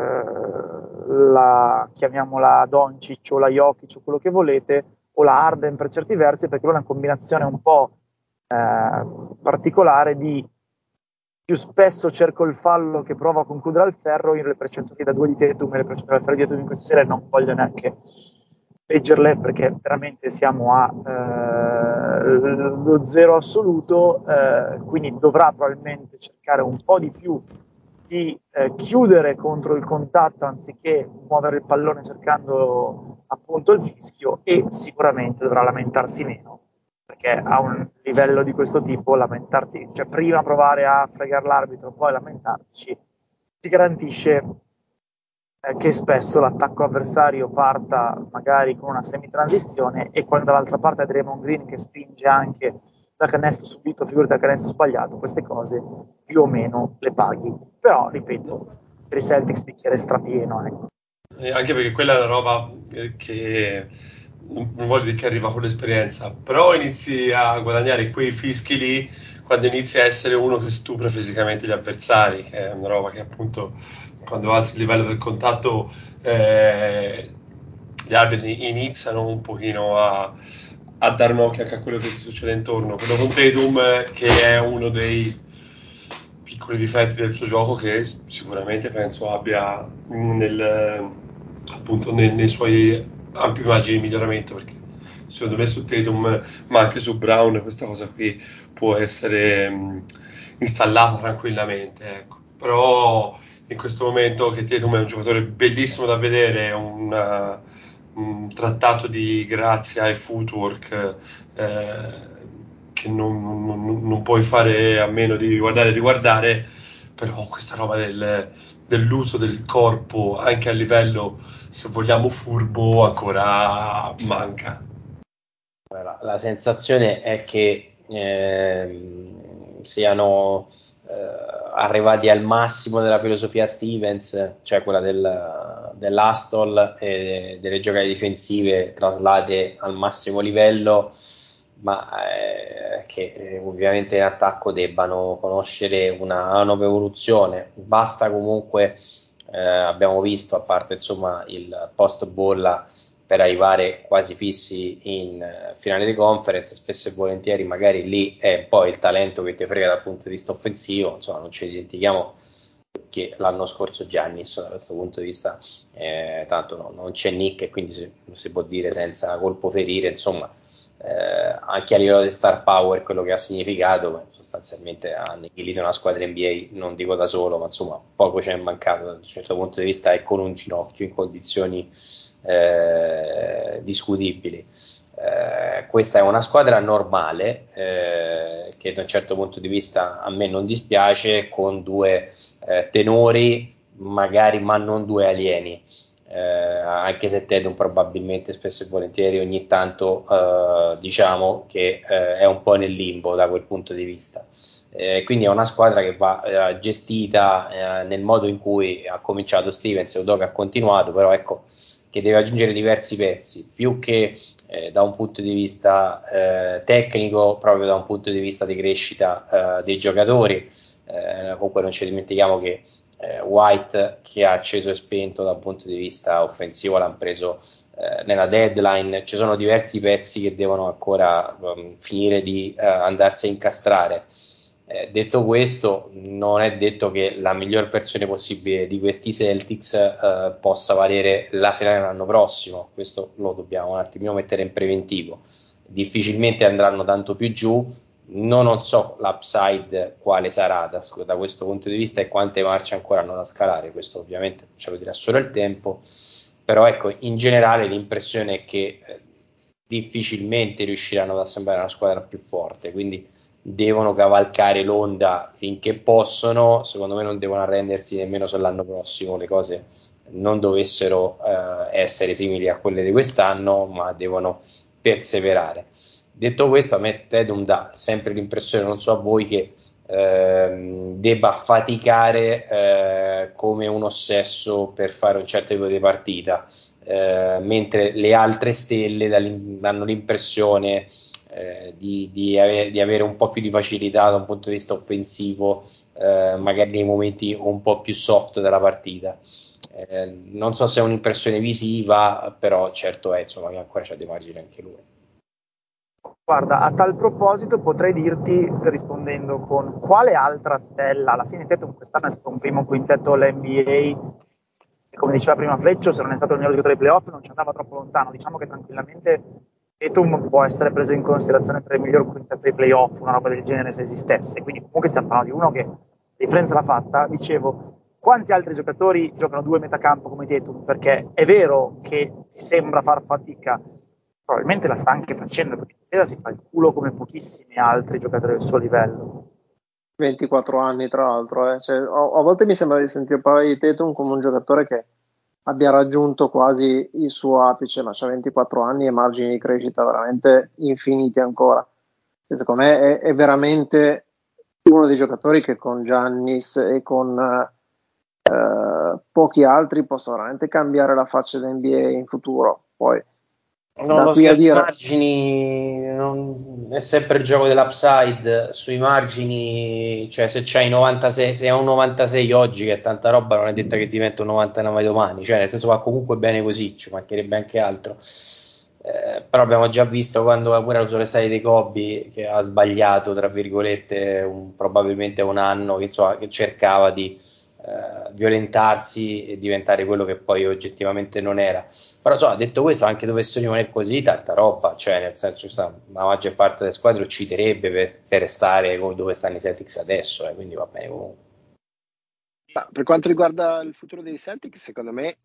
chiamiamola Doncic o la Jokic o quello che volete, o la Harden per certi versi, perché è una combinazione un po' particolare di più spesso cerco il fallo che prova a concludere al ferro. Io le percentuali da 2 di Tatum e le percentuali al ferro di Tatum in questa serie non voglio neanche leggerle perché veramente siamo a lo zero assoluto, quindi dovrà probabilmente cercare un po' di più di chiudere contro il contatto anziché muovere il pallone cercando appunto il fischio, e sicuramente dovrà lamentarsi meno, perché a un livello di questo tipo lamentarti, cioè prima provare a fregare l'arbitro poi lamentarci, ti garantisce che spesso l'attacco avversario parta magari con una semi-transizione e quando dall'altra parte è Draymond Green che spinge anche da canestro subito, figurati da canestro sbagliato, queste cose più o meno le paghi. Però, ripeto, per i Celtics bicchiere strapieno, ecco. Anche perché quella è una roba che non voglio dire che arriva con l'esperienza, però inizi a guadagnare quei fischi lì quando inizi a essere uno che stupra fisicamente gli avversari, che è una roba che appunto quando alzi il livello del contatto gli arbitri iniziano un pochino a dar un occhio anche a quello che ti succede intorno. Quello con Tatum, che è uno dei piccoli difetti del suo gioco che sicuramente penso abbia appunto nei suoi ampi margini di miglioramento, perché secondo me su Tatum ma anche su Brown questa cosa qui può essere installata tranquillamente, ecco. Però in questo momento che Tatum è un giocatore bellissimo da vedere, un trattato di grazia e footwork che non puoi fare a meno di guardare e riguardare, però questa roba dell'uso del corpo anche a livello, se vogliamo, furbo ancora manca. La sensazione è che siano arrivati al massimo della filosofia Stevens, cioè quella dell'Astol e delle giocate difensive traslate al massimo livello, ma che ovviamente in attacco debbano conoscere una nuova evoluzione. Basta comunque, abbiamo visto, a parte insomma il post bolla, per arrivare quasi fissi in finale di conference, spesso e volentieri magari lì è un po' il talento che ti frega dal punto di vista offensivo. Insomma, non ci dimentichiamo che l'anno scorso Giannis da questo punto di vista tanto non c'è Nick e quindi si può dire senza colpo ferire, insomma, anche a livello di star power quello che ha significato, sostanzialmente ha annichilito una squadra NBA, non dico da solo, ma insomma poco ci è mancato da un certo punto di vista, e con un ginocchio in condizioni discutibili. Questa è una squadra normale che da un certo punto di vista a me non dispiace, con due tenori magari, ma non due alieni. anche se Tatum probabilmente spesso e volentieri ogni tanto diciamo che è un po' nel limbo da quel punto di vista. Quindi è una squadra che va gestita nel modo in cui ha cominciato Stevens e Udoka ha continuato, però ecco che deve aggiungere diversi pezzi, più che da un punto di vista tecnico, proprio da un punto di vista di crescita dei giocatori. Comunque non ci dimentichiamo che White, che ha acceso e spento dal punto di vista offensivo, l'hanno preso nella deadline. Ci sono diversi pezzi che devono ancora finire di andarsi a incastrare. Detto questo, non è detto che la miglior versione possibile di questi Celtics possa valere la finale l'anno prossimo. Questo lo dobbiamo un attimino mettere in preventivo. Difficilmente andranno tanto più giù. Non so l'upside quale sarà da questo punto di vista e quante marce ancora hanno da scalare. Questo ovviamente ce lo dirà solo il tempo. Però ecco, in generale l'impressione è che difficilmente riusciranno ad assemblare una squadra più forte, quindi devono cavalcare l'onda finché possono. Secondo me non devono arrendersi nemmeno se l'anno prossimo le cose non dovessero essere simili a quelle di quest'anno, ma devono perseverare. Detto questo, a me Tatum dà sempre l'impressione, non so a voi, che debba faticare come un ossesso per fare un certo tipo di partita, mentre le altre stelle danno l'impressione di avere un po' più di facilità da un punto di vista offensivo, magari nei momenti un po' più soft della partita. Non so se è un'impressione visiva, però certo è insomma che ancora c'è dei margini anche lui. Guarda, a tal proposito potrei dirti, rispondendo con quale altra stella, alla fine Tatum quest'anno è stato un primo quintetto all'NBA, e come diceva prima Fleccio, se non è stato il miglior giocatore dei playoff non ci andava troppo lontano. Diciamo che tranquillamente Tatum può essere preso in considerazione per il miglior quintetto dei playoff, una roba del genere se esistesse. Quindi comunque stiamo parlando di uno che differenza l'ha fatta. Dicevo, quanti altri giocatori giocano due metacampo come Tatum? Perché è vero che ti sembra far fatica, probabilmente la sta anche facendo, perché in difesa si fa il culo come pochissimi altri giocatori del suo livello. 24 anni tra l'altro, cioè, a volte mi sembra di sentire parlare di Tatum come un giocatore che abbia raggiunto quasi il suo apice, ma c'ha 24 anni e margini di crescita veramente infiniti ancora. E secondo me è veramente uno dei giocatori che con Giannis e con pochi altri possa veramente cambiare la faccia dell'NBA in futuro. Poi Non da lo qui so, a sui dire margini è sempre il gioco dell'upside. Sui margini, cioè se c'hai 96, se è un 96 oggi, che è tanta roba, non è detta che diventa un 99 domani, cioè nel senso va comunque bene così, ci mancherebbe anche altro. Però abbiamo già visto quando pure sulle state dei Kobe che ha sbagliato, tra virgolette, probabilmente un anno, che, insomma, che cercava di violentarsi e diventare quello che poi oggettivamente non era. Però insomma, detto questo, anche dovesse rimanere così, tanta roba, cioè nel senso la maggior parte delle squadre ucciderebbe per stare dove stanno i Celtics adesso, quindi va bene comunque. Ma per quanto riguarda il futuro dei Celtics, secondo me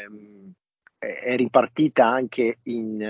è ripartita anche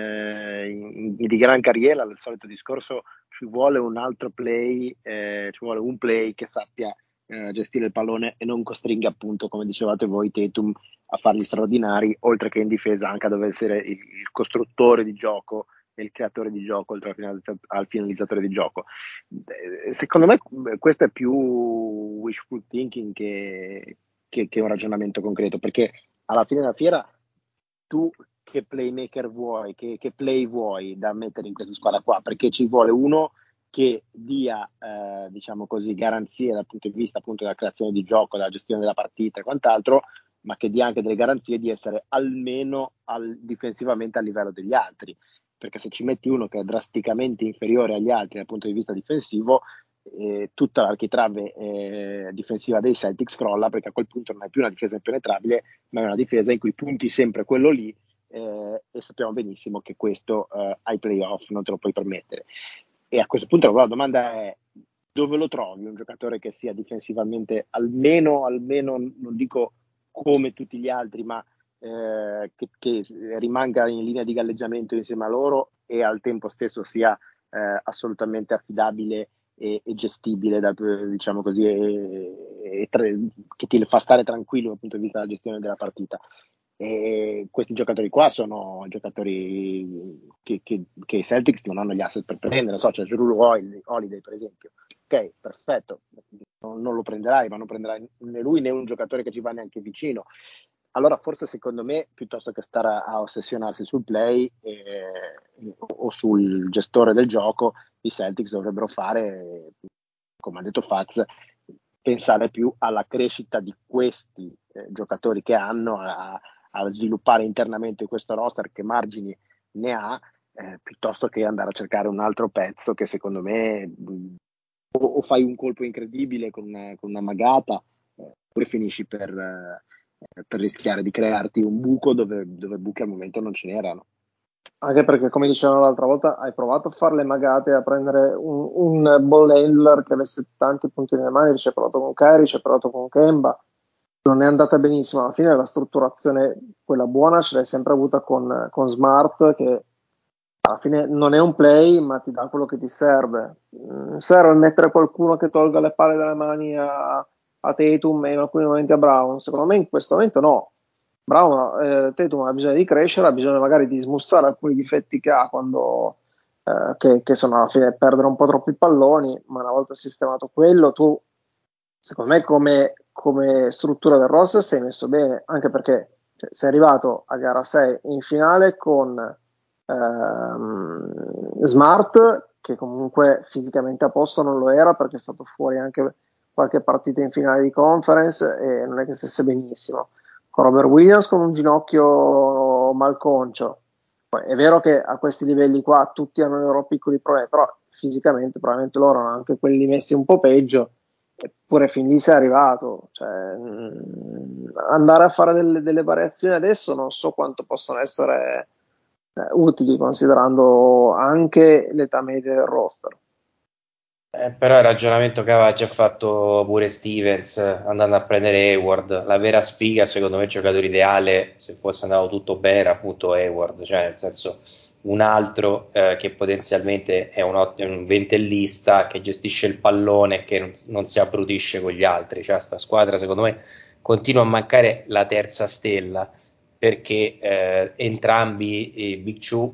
di gran carriera. Il solito discorso: ci vuole un altro play, ci vuole un play che sappia gestire il pallone e non costringa, appunto, come dicevate voi, Tatum a fargli straordinari, oltre che in difesa anche a dover essere il costruttore di gioco e il creatore di gioco, oltre al finalizzatore di gioco. Secondo me questo è più wishful thinking che un ragionamento concreto, perché alla fine della fiera tu che playmaker vuoi, che play vuoi da mettere in questa squadra qua, perché ci vuole uno che dia diciamo così, garanzie dal punto di vista appunto della creazione di gioco, della gestione della partita e quant'altro, ma che dia anche delle garanzie di essere almeno difensivamente a livello degli altri, perché se ci metti uno che è drasticamente inferiore agli altri dal punto di vista difensivo, tutta l'architrave difensiva dei Celtics crolla, perché a quel punto non è più una difesa impenetrabile, ma è una difesa in cui punti sempre quello lì, e sappiamo benissimo che questo ai playoff non te lo puoi permettere. E a questo punto la domanda è: dove lo trovi un giocatore che sia difensivamente almeno non dico come tutti gli altri, ma che rimanga in linea di galleggiamento insieme a loro e al tempo stesso sia assolutamente affidabile e gestibile, diciamo così, che ti fa stare tranquillo dal punto di vista della gestione della partita? E questi giocatori qua sono giocatori che i Celtics non hanno gli asset per prendere. Non so, c'è Jrue Holiday per esempio. Ok, perfetto, non lo prenderai, ma non prenderai né lui né un giocatore che ci va neanche vicino. Allora forse secondo me, piuttosto che stare a ossessionarsi sul play o sul gestore del gioco, i Celtics dovrebbero fare, come ha detto Faz, pensare più alla crescita di questi giocatori che hanno, a sviluppare internamente questo roster, che margini ne ha, piuttosto che andare a cercare un altro pezzo che secondo me o fai un colpo incredibile con una magata, oppure finisci per rischiare di crearti un buco dove buchi al momento non ce n'erano. Anche perché, come dicevano l'altra volta, hai provato a fare le magate, a prendere un ball handler che avesse tanti punti nelle mani, ci hai provato con Kyrie, ci hai provato con Kemba, non è andata benissimo. Alla fine la strutturazione, quella buona, ce l'hai sempre avuta con Smart, che alla fine non è un play, ma ti dà quello che ti serve. Serve mettere qualcuno che tolga le palle dalle mani a Tatum e in alcuni momenti a Brown. Secondo me in questo momento no. Brown, Tatum ha bisogno di crescere, ha bisogno magari di smussare alcuni difetti che ha quando che sono alla fine perdere un po' troppi palloni, ma una volta sistemato quello, tu secondo me come struttura del roster sei messo bene, anche perché sei arrivato a gara 6 in finale con Smart, che comunque fisicamente a posto non lo era, perché è stato fuori anche qualche partita in finale di conference e non è che stesse benissimo, con Robert Williams con un ginocchio malconcio. Poi è vero che a questi livelli qua tutti hanno i loro piccoli problemi, però fisicamente probabilmente loro hanno anche quelli messi un po' peggio, eppure fin lì sei arrivato. Cioè, andare a fare delle variazioni adesso non so quanto possono essere utili, considerando anche l'età media del roster. Però il ragionamento che aveva già fatto pure Stevens andando a prendere Hayward, la vera sfiga secondo me il giocatore ideale, se fosse andato tutto bene, era appunto Hayward, cioè nel senso un altro che potenzialmente è un ventellista che gestisce il pallone e che non si abbrutisce con gli altri, cioè sta squadra secondo me continua a mancare la terza stella perché entrambi i Big Two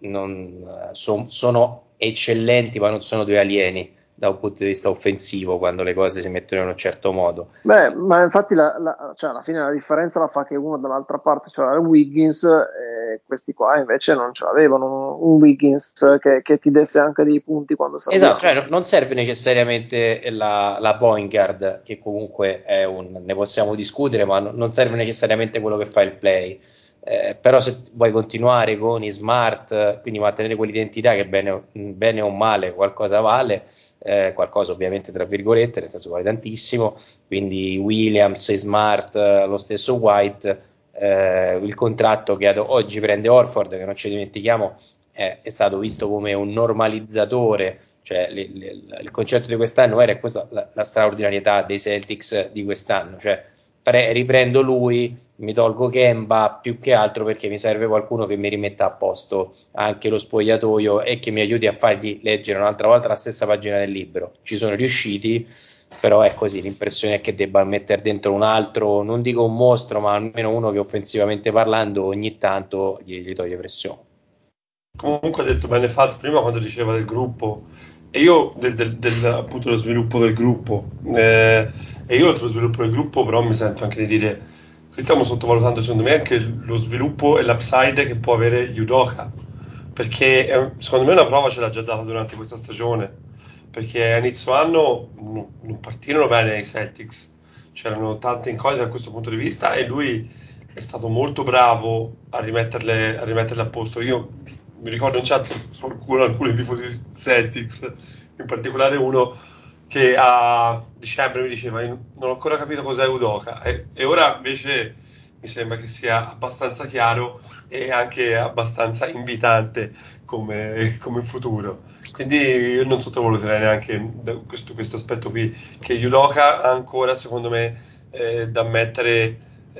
sono eccellenti ma non sono due alieni da un punto di vista offensivo quando le cose si mettono in un certo modo. Beh, ma infatti cioè alla fine la differenza la fa che uno dall'altra parte c'era il Wiggins e questi qua invece non ce l'avevano, un Wiggins che ti desse anche dei punti quando serviva. Esatto, cioè non serve necessariamente la point guard, che comunque ne possiamo discutere, ma non serve necessariamente quello che fa il play. Però se vuoi continuare con i Smart, quindi mantenere quell'identità che bene o male qualcosa vale, qualcosa ovviamente tra virgolette, nel senso vale tantissimo, quindi Williams e Smart, lo stesso White, il contratto che oggi prende Horford, che non ci dimentichiamo, è stato visto come un normalizzatore, cioè il concetto di quest'anno era questa, la straordinarietà dei Celtics di quest'anno, cioè riprendo lui, mi tolgo Kemba più che altro perché mi serve qualcuno che mi rimetta a posto anche lo spogliatoio e che mi aiuti a fargli leggere un'altra volta la stessa pagina del libro. Ci sono riusciti, però è così, l'impressione è che debba mettere dentro un altro, non dico un mostro, ma almeno uno che offensivamente parlando ogni tanto gli toglie pressione. Comunque ha detto bene Faz prima quando diceva del gruppo, e io appunto lo sviluppo del gruppo, e io oltre allo sviluppo del gruppo però mi sento anche di dire, qui stiamo sottovalutando secondo me anche lo sviluppo e l'upside che può avere Udoka, perché secondo me una prova ce l'ha già data durante questa stagione, perché a inizio anno non partirono bene i Celtics, c'erano tante incognite da questo punto di vista e lui è stato molto bravo a rimetterle a posto. Io mi ricordo in chat su alcuni tifosi Celtics, in particolare uno che a dicembre mi diceva io non ho ancora capito cos'è Udoka e ora invece mi sembra che sia abbastanza chiaro e anche abbastanza invitante come futuro. Quindi io non sottovaluterei neanche questo aspetto qui, che Udoka ha ancora secondo me da mettere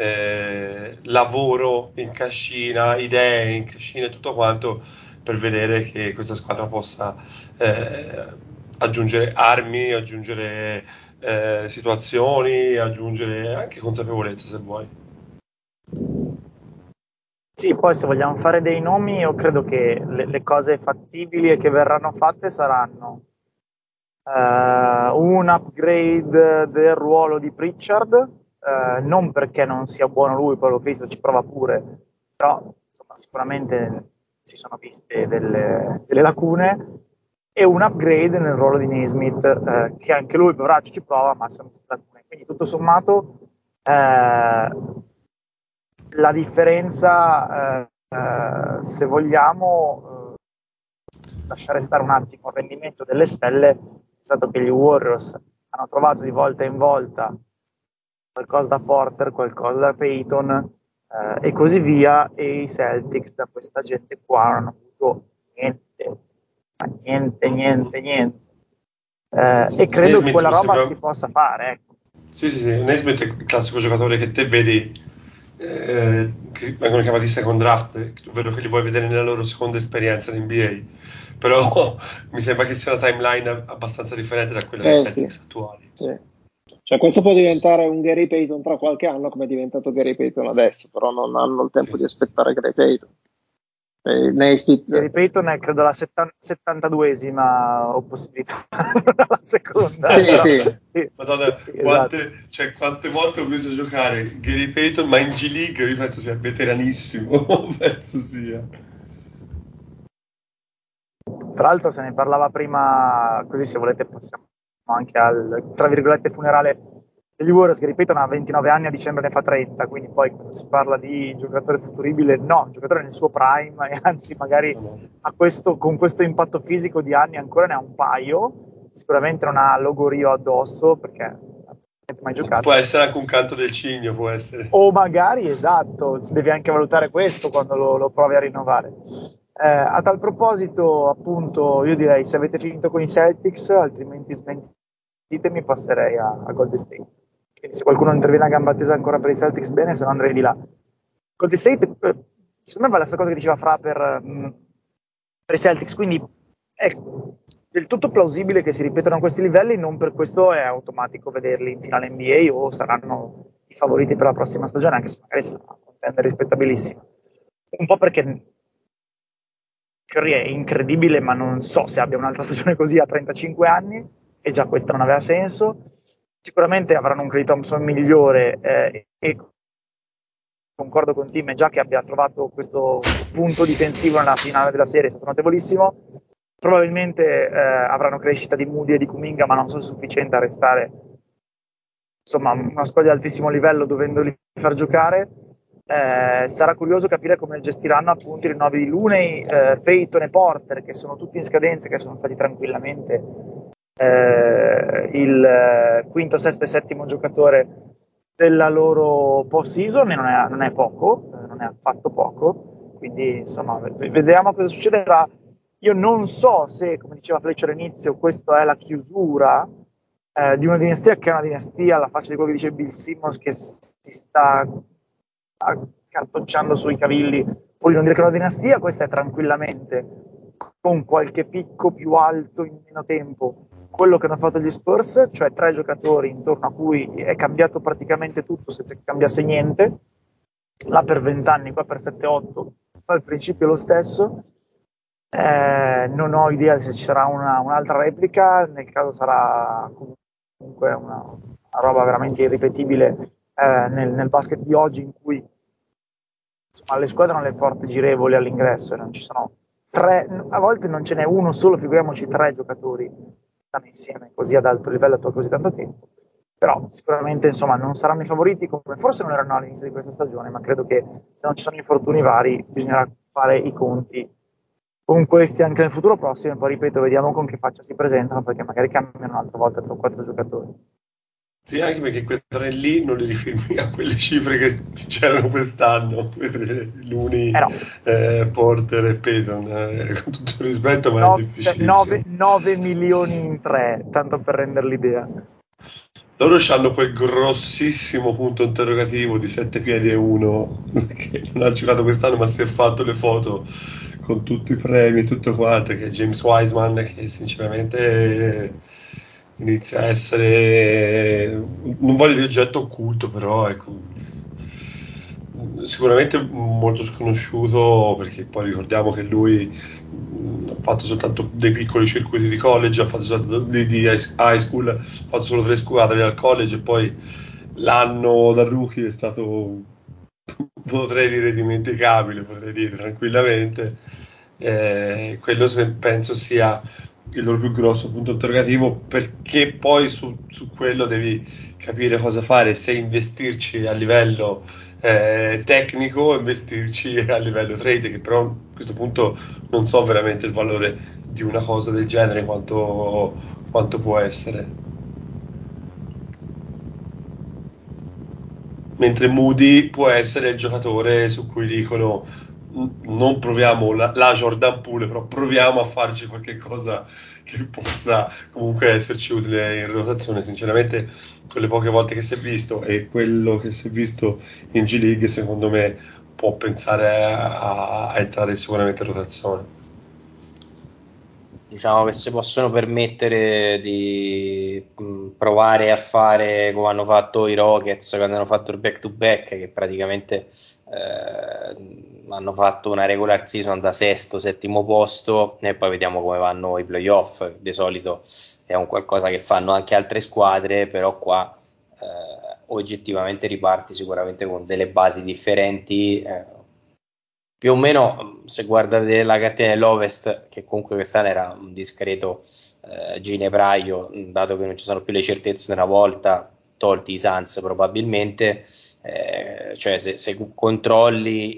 lavoro in cascina, idee in cascina e tutto quanto per vedere che questa squadra possa aggiungere armi, aggiungere situazioni, aggiungere anche consapevolezza se vuoi. Sì, poi se vogliamo fare dei nomi, io credo che le cose fattibili e che verranno fatte saranno un upgrade del ruolo di Pritchard, non perché non sia buono lui, poi l'ho visto, ci prova pure, però insomma, sicuramente si sono viste delle lacune, e un upgrade nel ruolo di Naismith, che anche lui poveraccio ci prova, ma sono viste lacune. Quindi tutto sommato la differenza, se vogliamo lasciare stare un attimo il rendimento delle stelle, è stato che gli Warriors hanno trovato di volta in volta qualcosa da Porter, qualcosa da Payton, e così via, e i Celtics da questa gente qua non hanno avuto niente. E credo che Naismith quella mi roba sembra... si possa fare, ecco. Sì, Naismith è il classico giocatore che te vedi, che vengono chiamati second draft, ovvero che li vuoi vedere nella loro seconda esperienza in NBA, però mi sembra che sia una timeline abbastanza differente da quella dei Celtics Sì, attuali. sì. Cioè, questo può diventare un Gary Payton tra qualche anno, come è diventato Gary Payton adesso, però non hanno il tempo di aspettare Gary Payton. Gary Payton è credo la 72esima o possibilità, la seconda. Sì. Madonna, Sì, esatto. quante volte ho visto giocare Gary Payton, ma in G League io penso sia veteranissimo, penso sia. Tra l'altro se ne parlava prima, così se volete passiamo anche al, tra virgolette, funerale degli Warriors, che ripeto ha 29 anni, a dicembre ne fa 30, quindi poi quando si parla di giocatore futuribile, no, giocatore nel suo prime, e anzi magari con questo impatto fisico di anni ancora ne ha un paio, sicuramente non ha logorio addosso, perché non ha mai giocato. Può essere anche un canto del cigno, può essere. O magari, esatto, devi anche valutare questo quando lo provi a rinnovare. A tal proposito, appunto, io direi se avete finito con i Celtics, altrimenti smentitemi, passerei a Golden State. Quindi se qualcuno interviene a gamba tesa ancora per i Celtics, bene, se no andrei di là. Golden State, secondo me vale la stessa cosa che diceva Fra per i Celtics, quindi è del tutto plausibile che si ripetano questi livelli, non per questo è automatico vederli in finale NBA o saranno i favoriti per la prossima stagione, anche se magari saranno una contender rispettabilissima. Un po' perché Curry è incredibile, ma non so se abbia un'altra stagione così a 35 anni, e già questa non aveva senso. Sicuramente avranno un Klay Thompson migliore, e concordo con Tim, già che abbia trovato questo spunto difensivo nella finale della serie, è stato notevolissimo. Probabilmente avranno crescita di Moody e di Kuminga, ma non sono sufficienti a restare insomma una squadra di altissimo livello dovendoli far giocare. Sarà curioso capire come gestiranno appunto i rinnovi di Looney, Payton e Porter, che sono tutti in scadenza, che sono stati tranquillamente il quinto, sesto e settimo giocatore della loro post-season, e non è poco, non è affatto poco, quindi insomma vediamo cosa succederà. Io non so se, come diceva Fletcher all'inizio, questa è la chiusura di una dinastia che è una dinastia, alla faccia di quello che dice Bill Simmons, che si sta accartocciando sui cavilli, poi non dire che è una dinastia, questa è tranquillamente, con qualche picco più alto in meno tempo, quello che hanno fatto gli Spurs, cioè 3 giocatori intorno a cui è cambiato praticamente tutto senza che cambiasse niente, là per 20 anni, qua per 7-8, fa il principio lo stesso. Non ho idea se ci sarà un'altra replica, nel caso sarà comunque una roba veramente irripetibile nel basket di oggi, in cui insomma, le squadre hanno le porte girevoli all'ingresso e non ci sono 3, a volte non ce n'è uno solo, figuriamoci 3 giocatori che stanno insieme così ad alto livello per così tanto tempo. Però sicuramente insomma non saranno i favoriti, come forse non erano all'inizio di questa stagione, ma credo che se non ci sono infortuni vari bisognerà fare i conti con questi anche nel futuro prossimo, e poi ripeto, vediamo con che faccia si presentano, perché magari cambiano un'altra volta 3 o 4 giocatori. Sì, anche perché quei 3 lì non li rifirmi a quelle cifre che c'erano quest'anno, Looney, No. Porter e Payton, con tutto il rispetto, ma è difficilissimo. 9 milioni in 3, tanto per rendere l'idea. Loro hanno quel grossissimo punto interrogativo di 7 piedi e 1 che non ha giocato quest'anno, ma si è fatto le foto con tutti i premi e tutto quanto, che è James Wiseman, che sinceramente inizia a essere, non voglio dire oggetto occulto, però ecco, sicuramente molto sconosciuto, perché poi ricordiamo che lui ha fatto soltanto dei piccoli circuiti di college, ha fatto soltanto di high school, ha fatto solo 3 squadre al college, e poi l'anno da rookie è stato, potrei dire, dimenticabile, potrei dire tranquillamente. Quello penso sia il loro più grosso punto interrogativo, perché poi su quello devi capire cosa fare, se investirci a livello tecnico o investirci a livello trade, che però a questo punto non so veramente il valore di una cosa del genere, quanto può essere. Mentre Moody può essere il giocatore su cui dicono non proviamo la Jordan Poole, però proviamo a farci qualche cosa che possa comunque esserci utile in rotazione. Sinceramente, quelle poche volte che si è visto e quello che si è visto in G League, secondo me può pensare a entrare sicuramente in rotazione. Diciamo che si possono permettere di provare a fare come hanno fatto i Rockets quando hanno fatto il back to back, che praticamente hanno fatto una regular season da sesto, settimo posto, e poi vediamo come vanno i playoff. Di solito è un qualcosa che fanno anche altre squadre, però qua oggettivamente riparti sicuramente con delle basi differenti. Più o meno, se guardate la cartina dell'Ovest, che comunque quest'anno era un discreto ginepraio, dato che non ci sono più le certezze di una volta, tolti i Suns probabilmente, cioè se controlli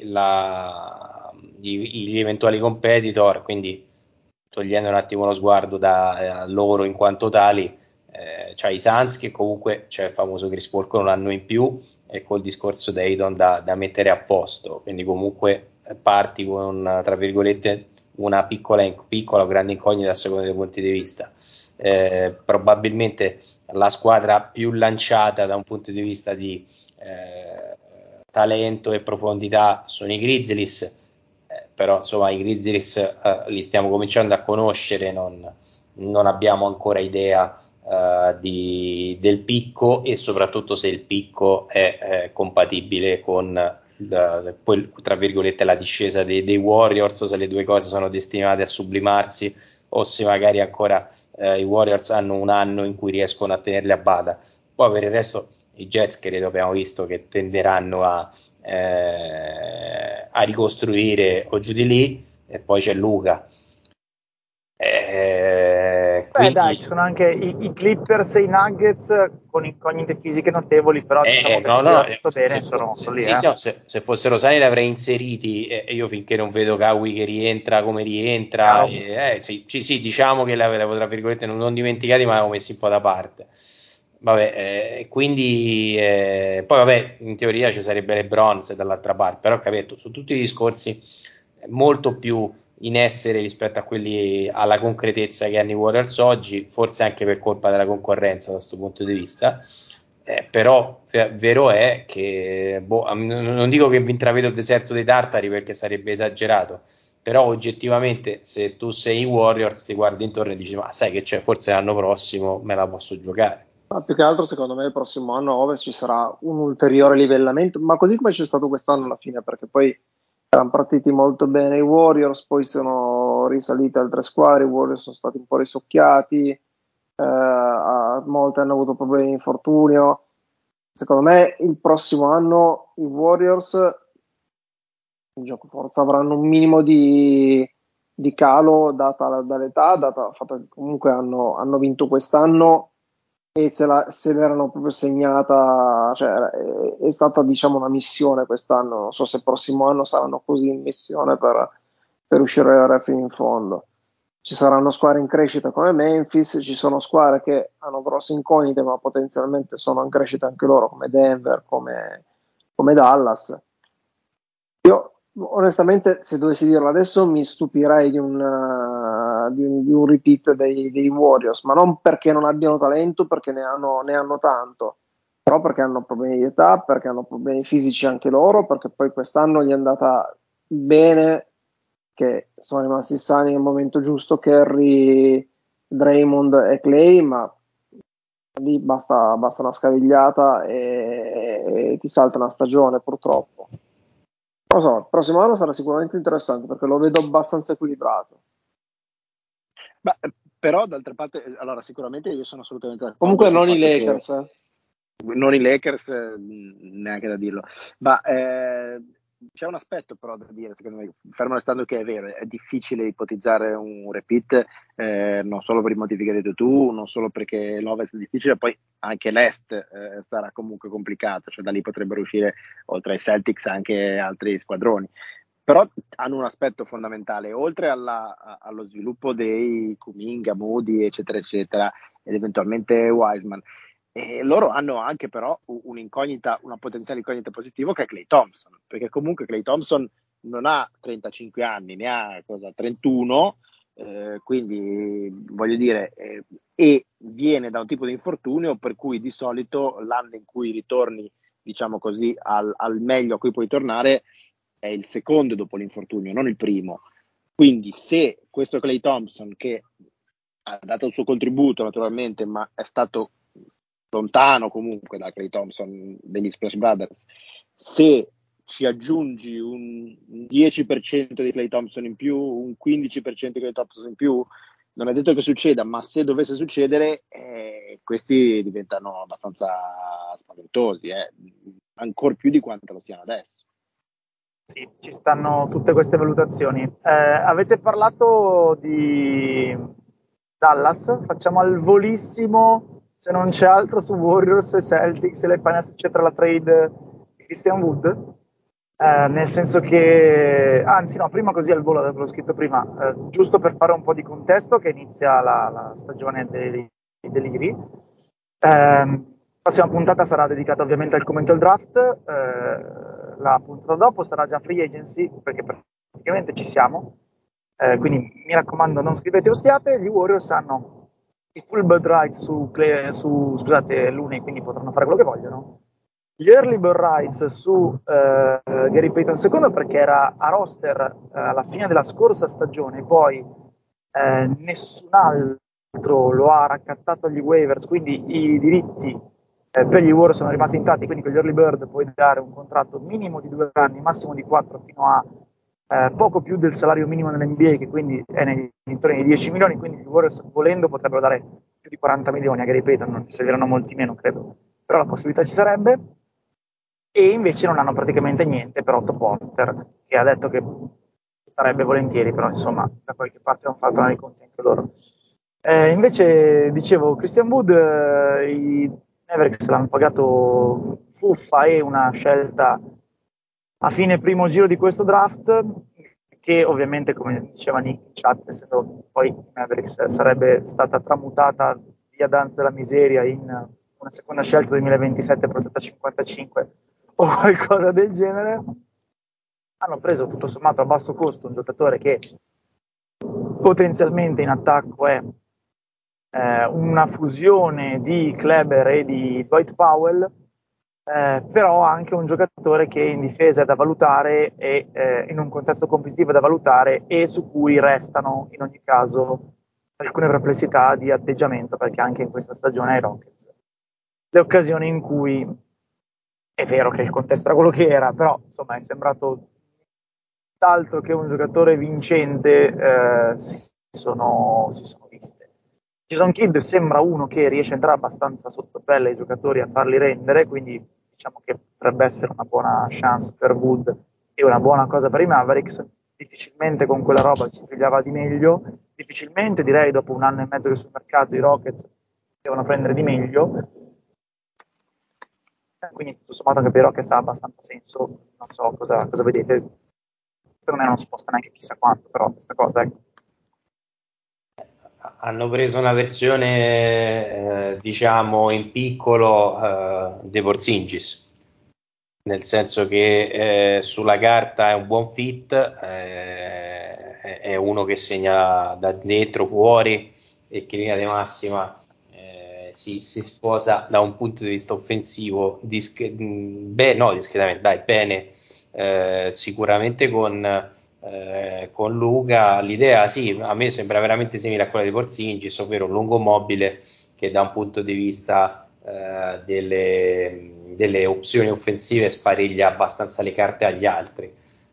gli eventuali competitor, quindi togliendo un attimo lo sguardo da loro in quanto tali, c'è i Suns che comunque c'è il famoso Chris Paul con un anno in più e col discorso Dayton da mettere a posto, quindi comunque parti con, tra virgolette, una piccola o grande incognita a seconda dei punti di vista. Probabilmente la squadra più lanciata da un punto di vista di talento e profondità sono i Grizzlies, però insomma i Grizzlies li stiamo cominciando a conoscere, non abbiamo ancora idea del picco, e soprattutto se il picco è compatibile con poi, tra virgolette, la discesa dei Warriors, se le due cose sono destinate a sublimarsi o se magari ancora i Warriors hanno un anno in cui riescono a tenerli a bada. Poi per il resto i Jets, credo abbiamo visto che tenderanno a ricostruire o giù di lì, e poi c'è Luca. Beh, dai, Quindi ci sono anche i Clippers e i Nuggets con incognite fisiche notevoli, però diciamo che no, se va no, tutto bene sono lì, sì, sì, no, se fossero sani li avrei inseriti, e io finché non vedo Kawhi che rientra come rientra, Chiaro. sì, sì, diciamo che l'avevo, tra virgolette, non dimenticati, ma l'avevo messi un po' da parte. Vabbè, quindi poi vabbè, in teoria ci sarebbe LeBron se dall'altra parte, però capito, su tutti i discorsi molto più in essere rispetto a quelli, alla concretezza che hanno i Warriors oggi, forse anche per colpa della concorrenza da questo punto di vista. Però vero è che non dico che vi intravedo il deserto dei tartari, perché sarebbe esagerato, però oggettivamente se tu sei i Warriors ti guardi intorno e dici ma sai che c'è, forse l'anno prossimo me la posso giocare. Ma più che altro, secondo me, il prossimo anno a Ovest ci sarà un ulteriore livellamento, ma così come c'è stato quest'anno alla fine, perché poi erano partiti molto bene i Warriors, poi sono risalite altre squadre, i Warriors sono stati un po' risocchiati, molte hanno avuto problemi di infortunio. Secondo me il prossimo anno i Warriors in gioco forza avranno un minimo di calo data dall'età, data il fatto che comunque hanno vinto quest'anno e se l'erano proprio segnata, cioè è stata diciamo una missione quest'anno, non so se il prossimo anno saranno così in missione per uscire fino in fondo. Ci saranno squadre in crescita come Memphis, ci sono squadre che hanno grosse incognite ma potenzialmente sono in crescita anche loro, come Denver, come Dallas. Io onestamente, se dovessi dirlo adesso, mi stupirei di un repeat dei Warriors, ma non perché non abbiano talento, perché ne hanno tanto, però perché hanno problemi di età, perché hanno problemi fisici anche loro, perché poi quest'anno gli è andata bene, che sono rimasti sani nel momento giusto, Curry, Draymond e Clay, ma lì basta una scavigliata e ti salta una stagione, purtroppo. Non lo so, il prossimo anno sarà sicuramente interessante perché lo vedo abbastanza equilibrato. Ma, però d'altra parte, allora sicuramente io sono assolutamente d'accordo Comunque sul non i fatto Lakers. non i Lakers, neanche da dirlo, ma c'è un aspetto però da dire, secondo me, fermo restando che è vero, è difficile ipotizzare un repeat, non solo per i motivi che hai detto tu, non solo perché l'Ovest è difficile, poi anche l'Est sarà comunque complicato, cioè da lì potrebbero uscire oltre ai Celtics anche altri squadroni. Però hanno un aspetto fondamentale, oltre allo sviluppo dei Kuminga, Moody, eccetera, eccetera, ed eventualmente Wiseman. E loro hanno anche però un'incognita, una potenziale incognita positiva che è Klay Thompson, perché comunque Klay Thompson non ha 35 anni, ne ha 31, quindi voglio dire, e viene da un tipo di infortunio per cui di solito l'anno in cui ritorni, diciamo così, al meglio a cui puoi tornare è il secondo dopo l'infortunio, non il primo. Quindi se questo Klay Thompson, che ha dato il suo contributo naturalmente, ma è stato lontano comunque da Klay Thompson degli Splash Brothers, se ci aggiungi un 10% di Klay Thompson in più, un 15% di Klay Thompson in più, non è detto che succeda, ma se dovesse succedere, questi diventano abbastanza spaventosi, ancora più di quanto lo siano adesso. Sì, ci stanno tutte queste valutazioni. Avete parlato di Dallas? Facciamo al volissimo, se non c'è altro, su Warriors e Celtics e le finals, eccetera, la trade di Christian Wood. Nel senso che, anzi no, prima così al volo, avevo scritto prima, giusto per fare un po' di contesto che inizia la stagione dei deliri. Prossima puntata sarà dedicata ovviamente al commento al draft, la puntata dopo sarà già free agency perché praticamente ci siamo, quindi mi raccomando non scrivete o stiate. Gli Warriors hanno i full bird rights scusate, Looney, quindi potranno fare quello che vogliono. Gli early bird rights su Gary Payton II perché era a roster alla fine della scorsa stagione, poi nessun altro lo ha raccattato agli waivers, quindi i diritti per gli Warriors sono rimasti intatti, quindi con gli early bird puoi dare un contratto minimo di 2 anni, massimo di 4 fino a poco più del salario minimo nell'NBA, che quindi è nei dintorni di 10 milioni, quindi gli Warriors volendo potrebbero dare più di 40 milioni a Gary Payton, non ci serviranno molti meno credo, però la possibilità ci sarebbe. E invece non hanno praticamente niente per Otto Porter, che ha detto che starebbe volentieri, però insomma da qualche parte hanno fatto i conti anche loro. Invece dicevo, Christian Wood, i Mavericks l'hanno pagato fuffa e una scelta a fine primo giro di questo draft, che ovviamente, come diceva Nick in chat, essendo poi i Mavericks, sarebbe stata tramutata via danza della miseria in una seconda scelta 2027 protetta 55 o qualcosa del genere. Hanno preso tutto sommato a basso costo un giocatore che potenzialmente in attacco è una fusione di Kleber e di Dwight Powell, però anche un giocatore che in difesa è da valutare e in un contesto competitivo è da valutare e su cui restano in ogni caso alcune perplessità di atteggiamento, perché anche in questa stagione ai Rockets le occasioni in cui è vero che il contesto era quello che era, però insomma è sembrato altro che un giocatore vincente, si sono viste. Jason Kidd sembra uno che riesce a entrare abbastanza sotto pelle ai giocatori, a farli rendere, quindi diciamo che potrebbe essere una buona chance per Wood e una buona cosa per i Mavericks. Difficilmente con quella roba ci pigliava di meglio, difficilmente direi dopo un anno e mezzo che sul mercato i Rockets devono prendere di meglio, quindi tutto sommato anche per i Rockets ha abbastanza senso. Non so cosa vedete, per me non sposta neanche chissà quanto, però questa cosa ecco. Hanno preso una versione diciamo in piccolo dei Porzingis, nel senso che sulla carta è un buon fit, è uno che segna da dentro fuori e che in linea di massima si sposa da un punto di vista offensivo discretamente, dai, bene, sicuramente con Luca. L'idea sì, a me sembra veramente simile a quella di Porzingis, ovvero un lungo mobile che da un punto di vista delle opzioni offensive spariglia abbastanza le carte agli altri.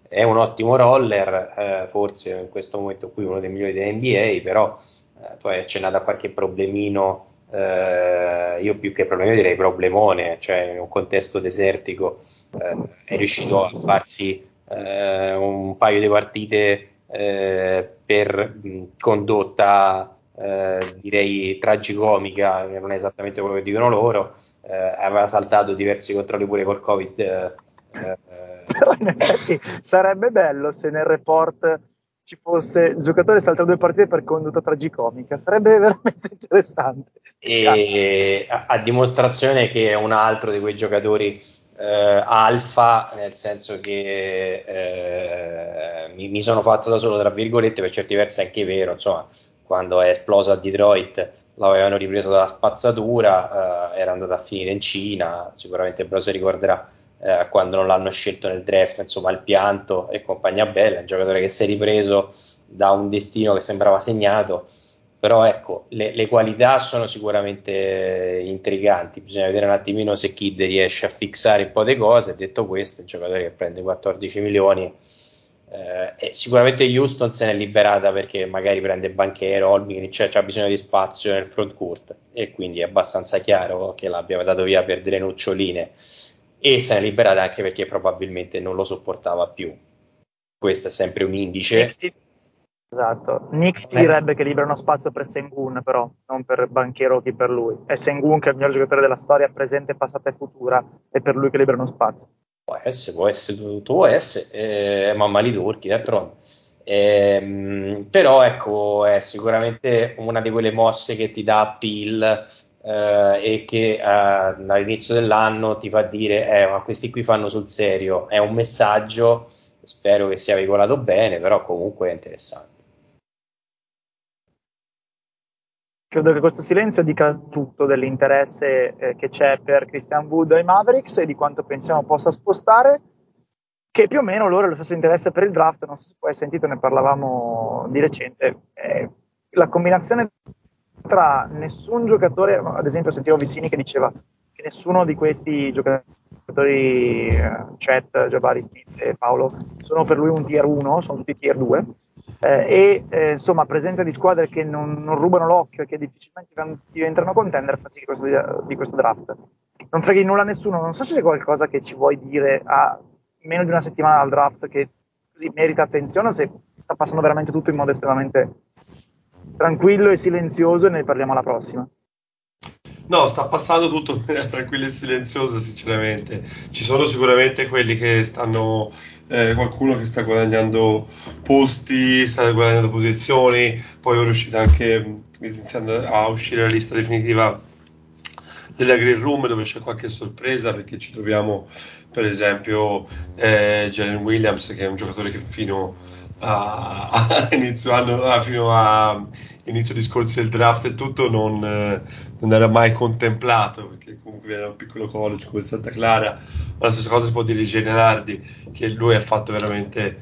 è un ottimo roller, forse in questo momento qui uno dei migliori dell'NBA, però tu hai accennato a qualche problemino, io più che problemi direi problemone, cioè in un contesto desertico è riuscito a farsi un paio di partite per condotta direi tragicomica, che non è esattamente quello che dicono loro, aveva saltato diversi controlli pure col Covid. Però in effetti sarebbe bello se nel report ci fosse il giocatore salta 2 partite per condotta tragicomica, sarebbe veramente interessante. E a dimostrazione che è un altro di quei giocatori alfa, nel senso che mi sono fatto da solo, tra virgolette, per certi versi è anche vero, insomma, quando è esploso a Detroit l'avevano ripreso dalla spazzatura, era andato a finire in Cina, sicuramente però si ricorderà quando non l'hanno scelto nel draft, insomma il pianto e compagnia bella, un giocatore che si è ripreso da un destino che sembrava segnato, però ecco, le qualità sono sicuramente intriganti, bisogna vedere un attimino se Kidd riesce a fissare un po' di cose. Detto questo, un giocatore che prende 14 milioni, e sicuramente Houston se n'è liberata perché magari prende Banchero, Holmgren, cioè c'ha bisogno di spazio nel front court, e quindi è abbastanza chiaro che l'abbiamo dato via per delle noccioline, e se n'è liberata anche perché probabilmente non lo sopportava più. Questo è sempre un indice. Esatto, Nick ti direbbe che libera uno spazio per Sengun, però non per Banchero o chi per lui. È Sengun che è il miglior giocatore della storia, presente, passata e futura, è per lui che libera uno spazio. Può essere, tutto può essere, mamma li turchi d'altronde. Però ecco, è sicuramente una di quelle mosse che ti dà appeal, e che all'inizio dell'anno ti fa dire ma questi qui fanno sul serio, è un messaggio, spero che sia veicolato bene, però comunque è interessante. Credo che questo silenzio dica tutto dell'interesse che c'è per Christian Wood ai Mavericks e di quanto pensiamo possa spostare, che più o meno loro lo stesso interesse per il draft, non so se poi hai sentito, ne parlavamo di recente, la combinazione tra nessun giocatore, ad esempio sentivo Vissini che diceva che nessuno di questi giocatori, Chet, Jabari Smith e Paolo, sono per lui un tier 1, sono tutti tier 2, insomma presenza di squadre che non rubano l'occhio e che difficilmente diventano contender fa sì che di questo draft non freghi nulla a nessuno. Non so se c'è qualcosa che ci vuoi dire a meno di una settimana dal draft che così merita attenzione, o se sta passando veramente tutto in modo estremamente tranquillo e silenzioso e ne parliamo alla prossima. No, sta passando tutto tranquillo e silenzioso, sinceramente. Ci sono sicuramente quelli che stanno, qualcuno che sta guadagnando posti, sta guadagnando posizioni, poi è riuscita anche iniziando a uscire la lista definitiva della Green Room, dove c'è qualche sorpresa, perché ci troviamo per esempio Jalen Williams, che è un giocatore che fino a inizio anno, fino a inizio discorsi del draft e tutto non era mai contemplato, perché comunque era un piccolo college come Santa Clara. Ma la stessa cosa si può dire di Jalen Hardy, che lui ha fatto veramente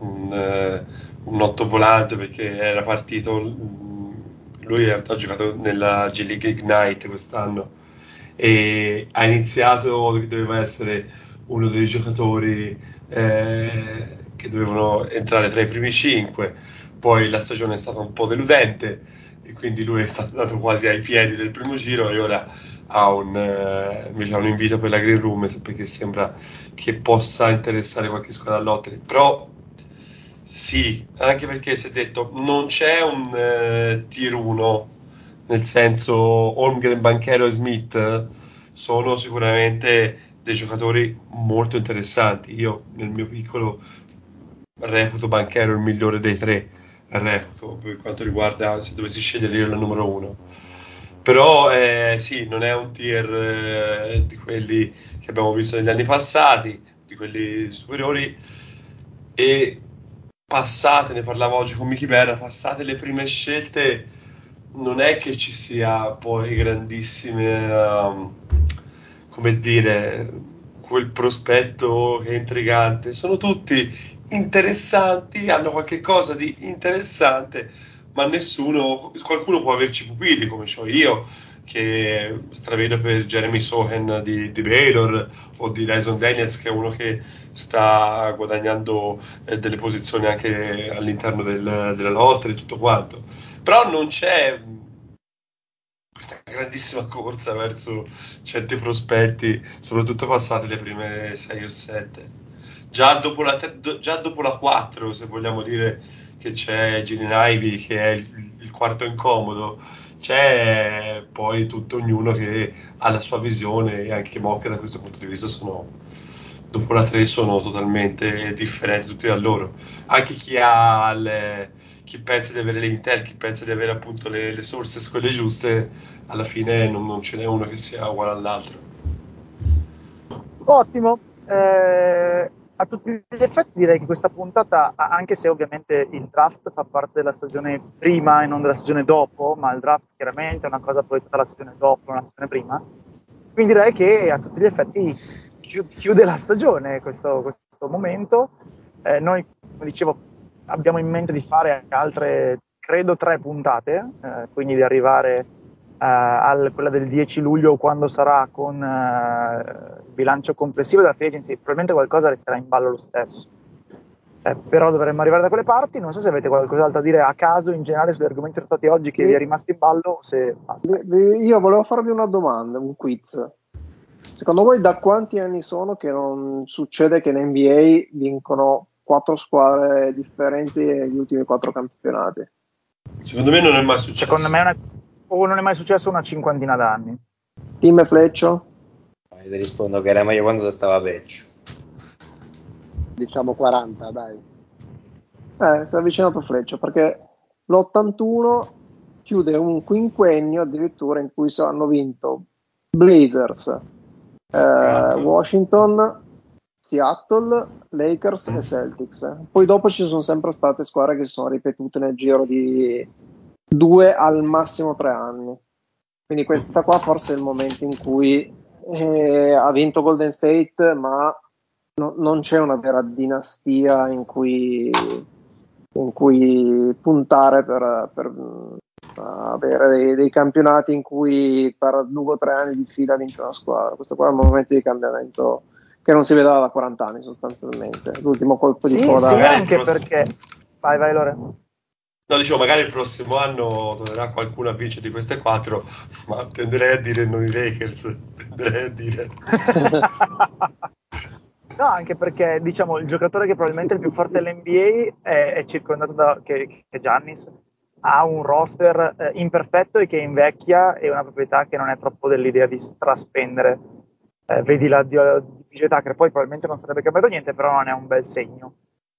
un ottovolante, perché era partito, lui ha giocato nella G League Ignite quest'anno e ha iniziato che doveva essere uno dei giocatori che dovevano entrare tra i primi 5, poi la stagione è stata un po' deludente e quindi lui è stato dato quasi ai piedi del primo giro, e ora ha invece ha un invito per la Green Room, perché sembra che possa interessare qualche squadra all'ottere. Però sì, anche perché si è detto non c'è un tier 1, nel senso Holmgren, Banchero e Smith sono sicuramente dei giocatori molto interessanti. Io nel mio piccolo reputo Banchero il migliore dei tre, reputo, per quanto riguarda se dovessi scegliere io il numero 1. Però sì, non è un tier di quelli che abbiamo visto negli anni passati, di quelli superiori, e passate, ne parlavo oggi con Michi Berra, passate le prime scelte non è che ci sia poi grandissime, come dire, quel prospetto che è intrigante. Sono tutti interessanti, hanno qualche cosa di interessante, ma qualcuno può averci pupilli come ho io, che stravedo per Jeremy Sohan di Baylor o di Dyson Daniels, che è uno che sta guadagnando delle posizioni anche all'interno della lotta e tutto quanto. Però non c'è questa grandissima corsa verso certi prospetti, soprattutto passate le prime 6 o 7. Già dopo la 4, se vogliamo dire che c'è Gene Ivey, che è il quarto incomodo, c'è poi tutto ognuno che ha la sua visione, e anche Mock da questo punto di vista dopo la 3 sono totalmente differenti tutti da loro. Anche chi pensa di avere le Intel, chi pensa di avere appunto le sources quelle giuste, alla fine non ce n'è uno che sia uguale all'altro. Ottimo. A tutti gli effetti direi che questa puntata, anche se ovviamente il draft fa parte della stagione prima e non della stagione dopo, ma il draft chiaramente è una cosa poi tutta la stagione dopo, una stagione prima, quindi direi che a tutti gli effetti chiude la stagione questo momento. Noi, come dicevo, abbiamo in mente di fare altre, credo, 3 puntate, quindi di arrivare quella del 10 luglio, quando sarà con il bilancio complessivo della free agency. Probabilmente qualcosa resterà in ballo lo stesso, però dovremmo arrivare da quelle parti. Non so se avete qualcos'altro da dire a caso in generale sugli argomenti trattati oggi che vi è rimasto in ballo, o se basta. Io volevo farvi una domanda, un quiz. Secondo voi da quanti anni sono che non succede che in NBA vincono 4 squadre differenti negli ultimi 4 campionati? Secondo me non è mai successo. Secondo me non è mai successo una cinquantina d'anni. Team e Fleccio? Io ti rispondo che era meglio quando stava peggio. Diciamo 40, dai. Si è avvicinato Fleccio, perché l'81 chiude un quinquennio addirittura in cui hanno vinto Blazers, Washington, Seattle, Lakers e Celtics. Poi dopo ci sono sempre state squadre che si sono ripetute nel giro di 2 al massimo 3 anni. Quindi questa qua forse è il momento in cui ha vinto Golden State, ma non c'è una vera dinastia in cui puntare per avere dei campionati in cui per 2 o 3 anni di fila vince una squadra. Questo qua è un momento di cambiamento che non si vedeva da 40 anni sostanzialmente. L'ultimo colpo di coda. Sì, anche perché... Vai Lore. No, dicevo, magari il prossimo anno tornerà qualcuno a vincere di queste 4, ma tenderei a dire non i Lakers, tenderei a dire... No, anche perché diciamo il giocatore che probabilmente è il più forte dell'NBA è circondato da che Giannis ha un roster imperfetto e che invecchia, e una proprietà che non è troppo dell'idea di straspendere. Vedi la di PJ Tucker, poi probabilmente non sarebbe cambiato niente, però non è un bel segno.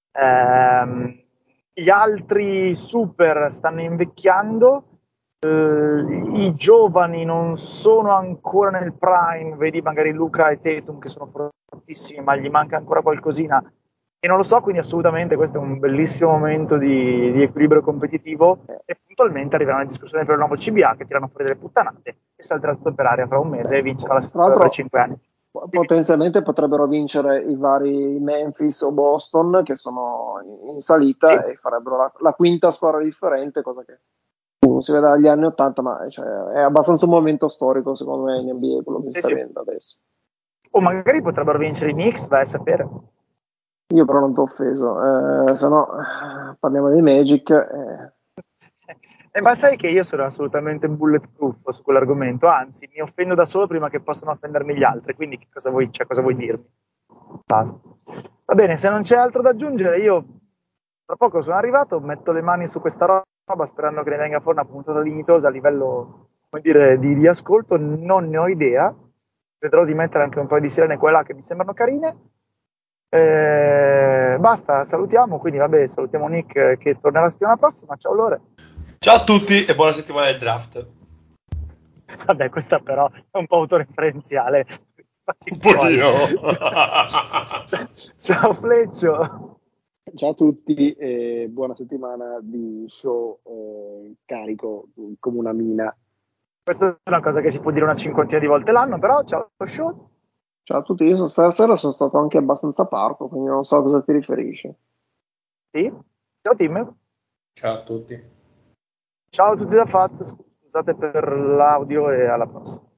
Gli altri super stanno invecchiando, i giovani non sono ancora nel prime, vedi magari Luka e Tatum che sono fortissimi, ma gli manca ancora qualcosina e non lo so, quindi assolutamente questo è un bellissimo momento di equilibrio competitivo, e puntualmente arriverà una discussione per il nuovo CBA che tirano fuori delle puttanate e salterà tutto per aria fra un mese e vincerà la squadra per 5 anni. Potenzialmente potrebbero vincere i vari Memphis o Boston che sono in salita, sì, e farebbero la quinta squadra differente, cosa che non si vede dagli anni 80, ma è abbastanza un momento storico secondo me in NBA quello che si sta vedendo adesso. O magari potrebbero vincere i Knicks, vai a sapere. Io però non ti ho offeso, se no parliamo dei Magic. Ma sai che io sono assolutamente bulletproof su quell'argomento, anzi mi offendo da solo prima che possano offendermi gli altri, quindi cosa vuoi dirmi? Basta. Va bene, se non c'è altro da aggiungere, io tra poco sono arrivato, metto le mani su questa roba sperando che ne venga fuori una puntata dignitosa a livello, come dire, di ascolto. Non ne ho idea, vedrò di mettere anche un paio di sirene qua e là che mi sembrano carine. Basta, salutiamo, quindi vabbè, salutiamo Nick che tornerà la settimana prossima. Ciao Lore. Ciao a tutti e buona settimana del draft. Vabbè, questa però è un po' autoreferenziale. Un pochino. Ciao Fleccio. Ciao a tutti e buona settimana di show carico come una mina. Questa è una cosa che si può dire una cinquantina di volte l'anno, però ciao show. Ciao a tutti, io stasera sono stato anche abbastanza parco, quindi non so a cosa ti riferisci. Sì? Ciao Tim. Ciao a tutti. Ciao a tutti da Faz, scusate per l'audio e alla prossima.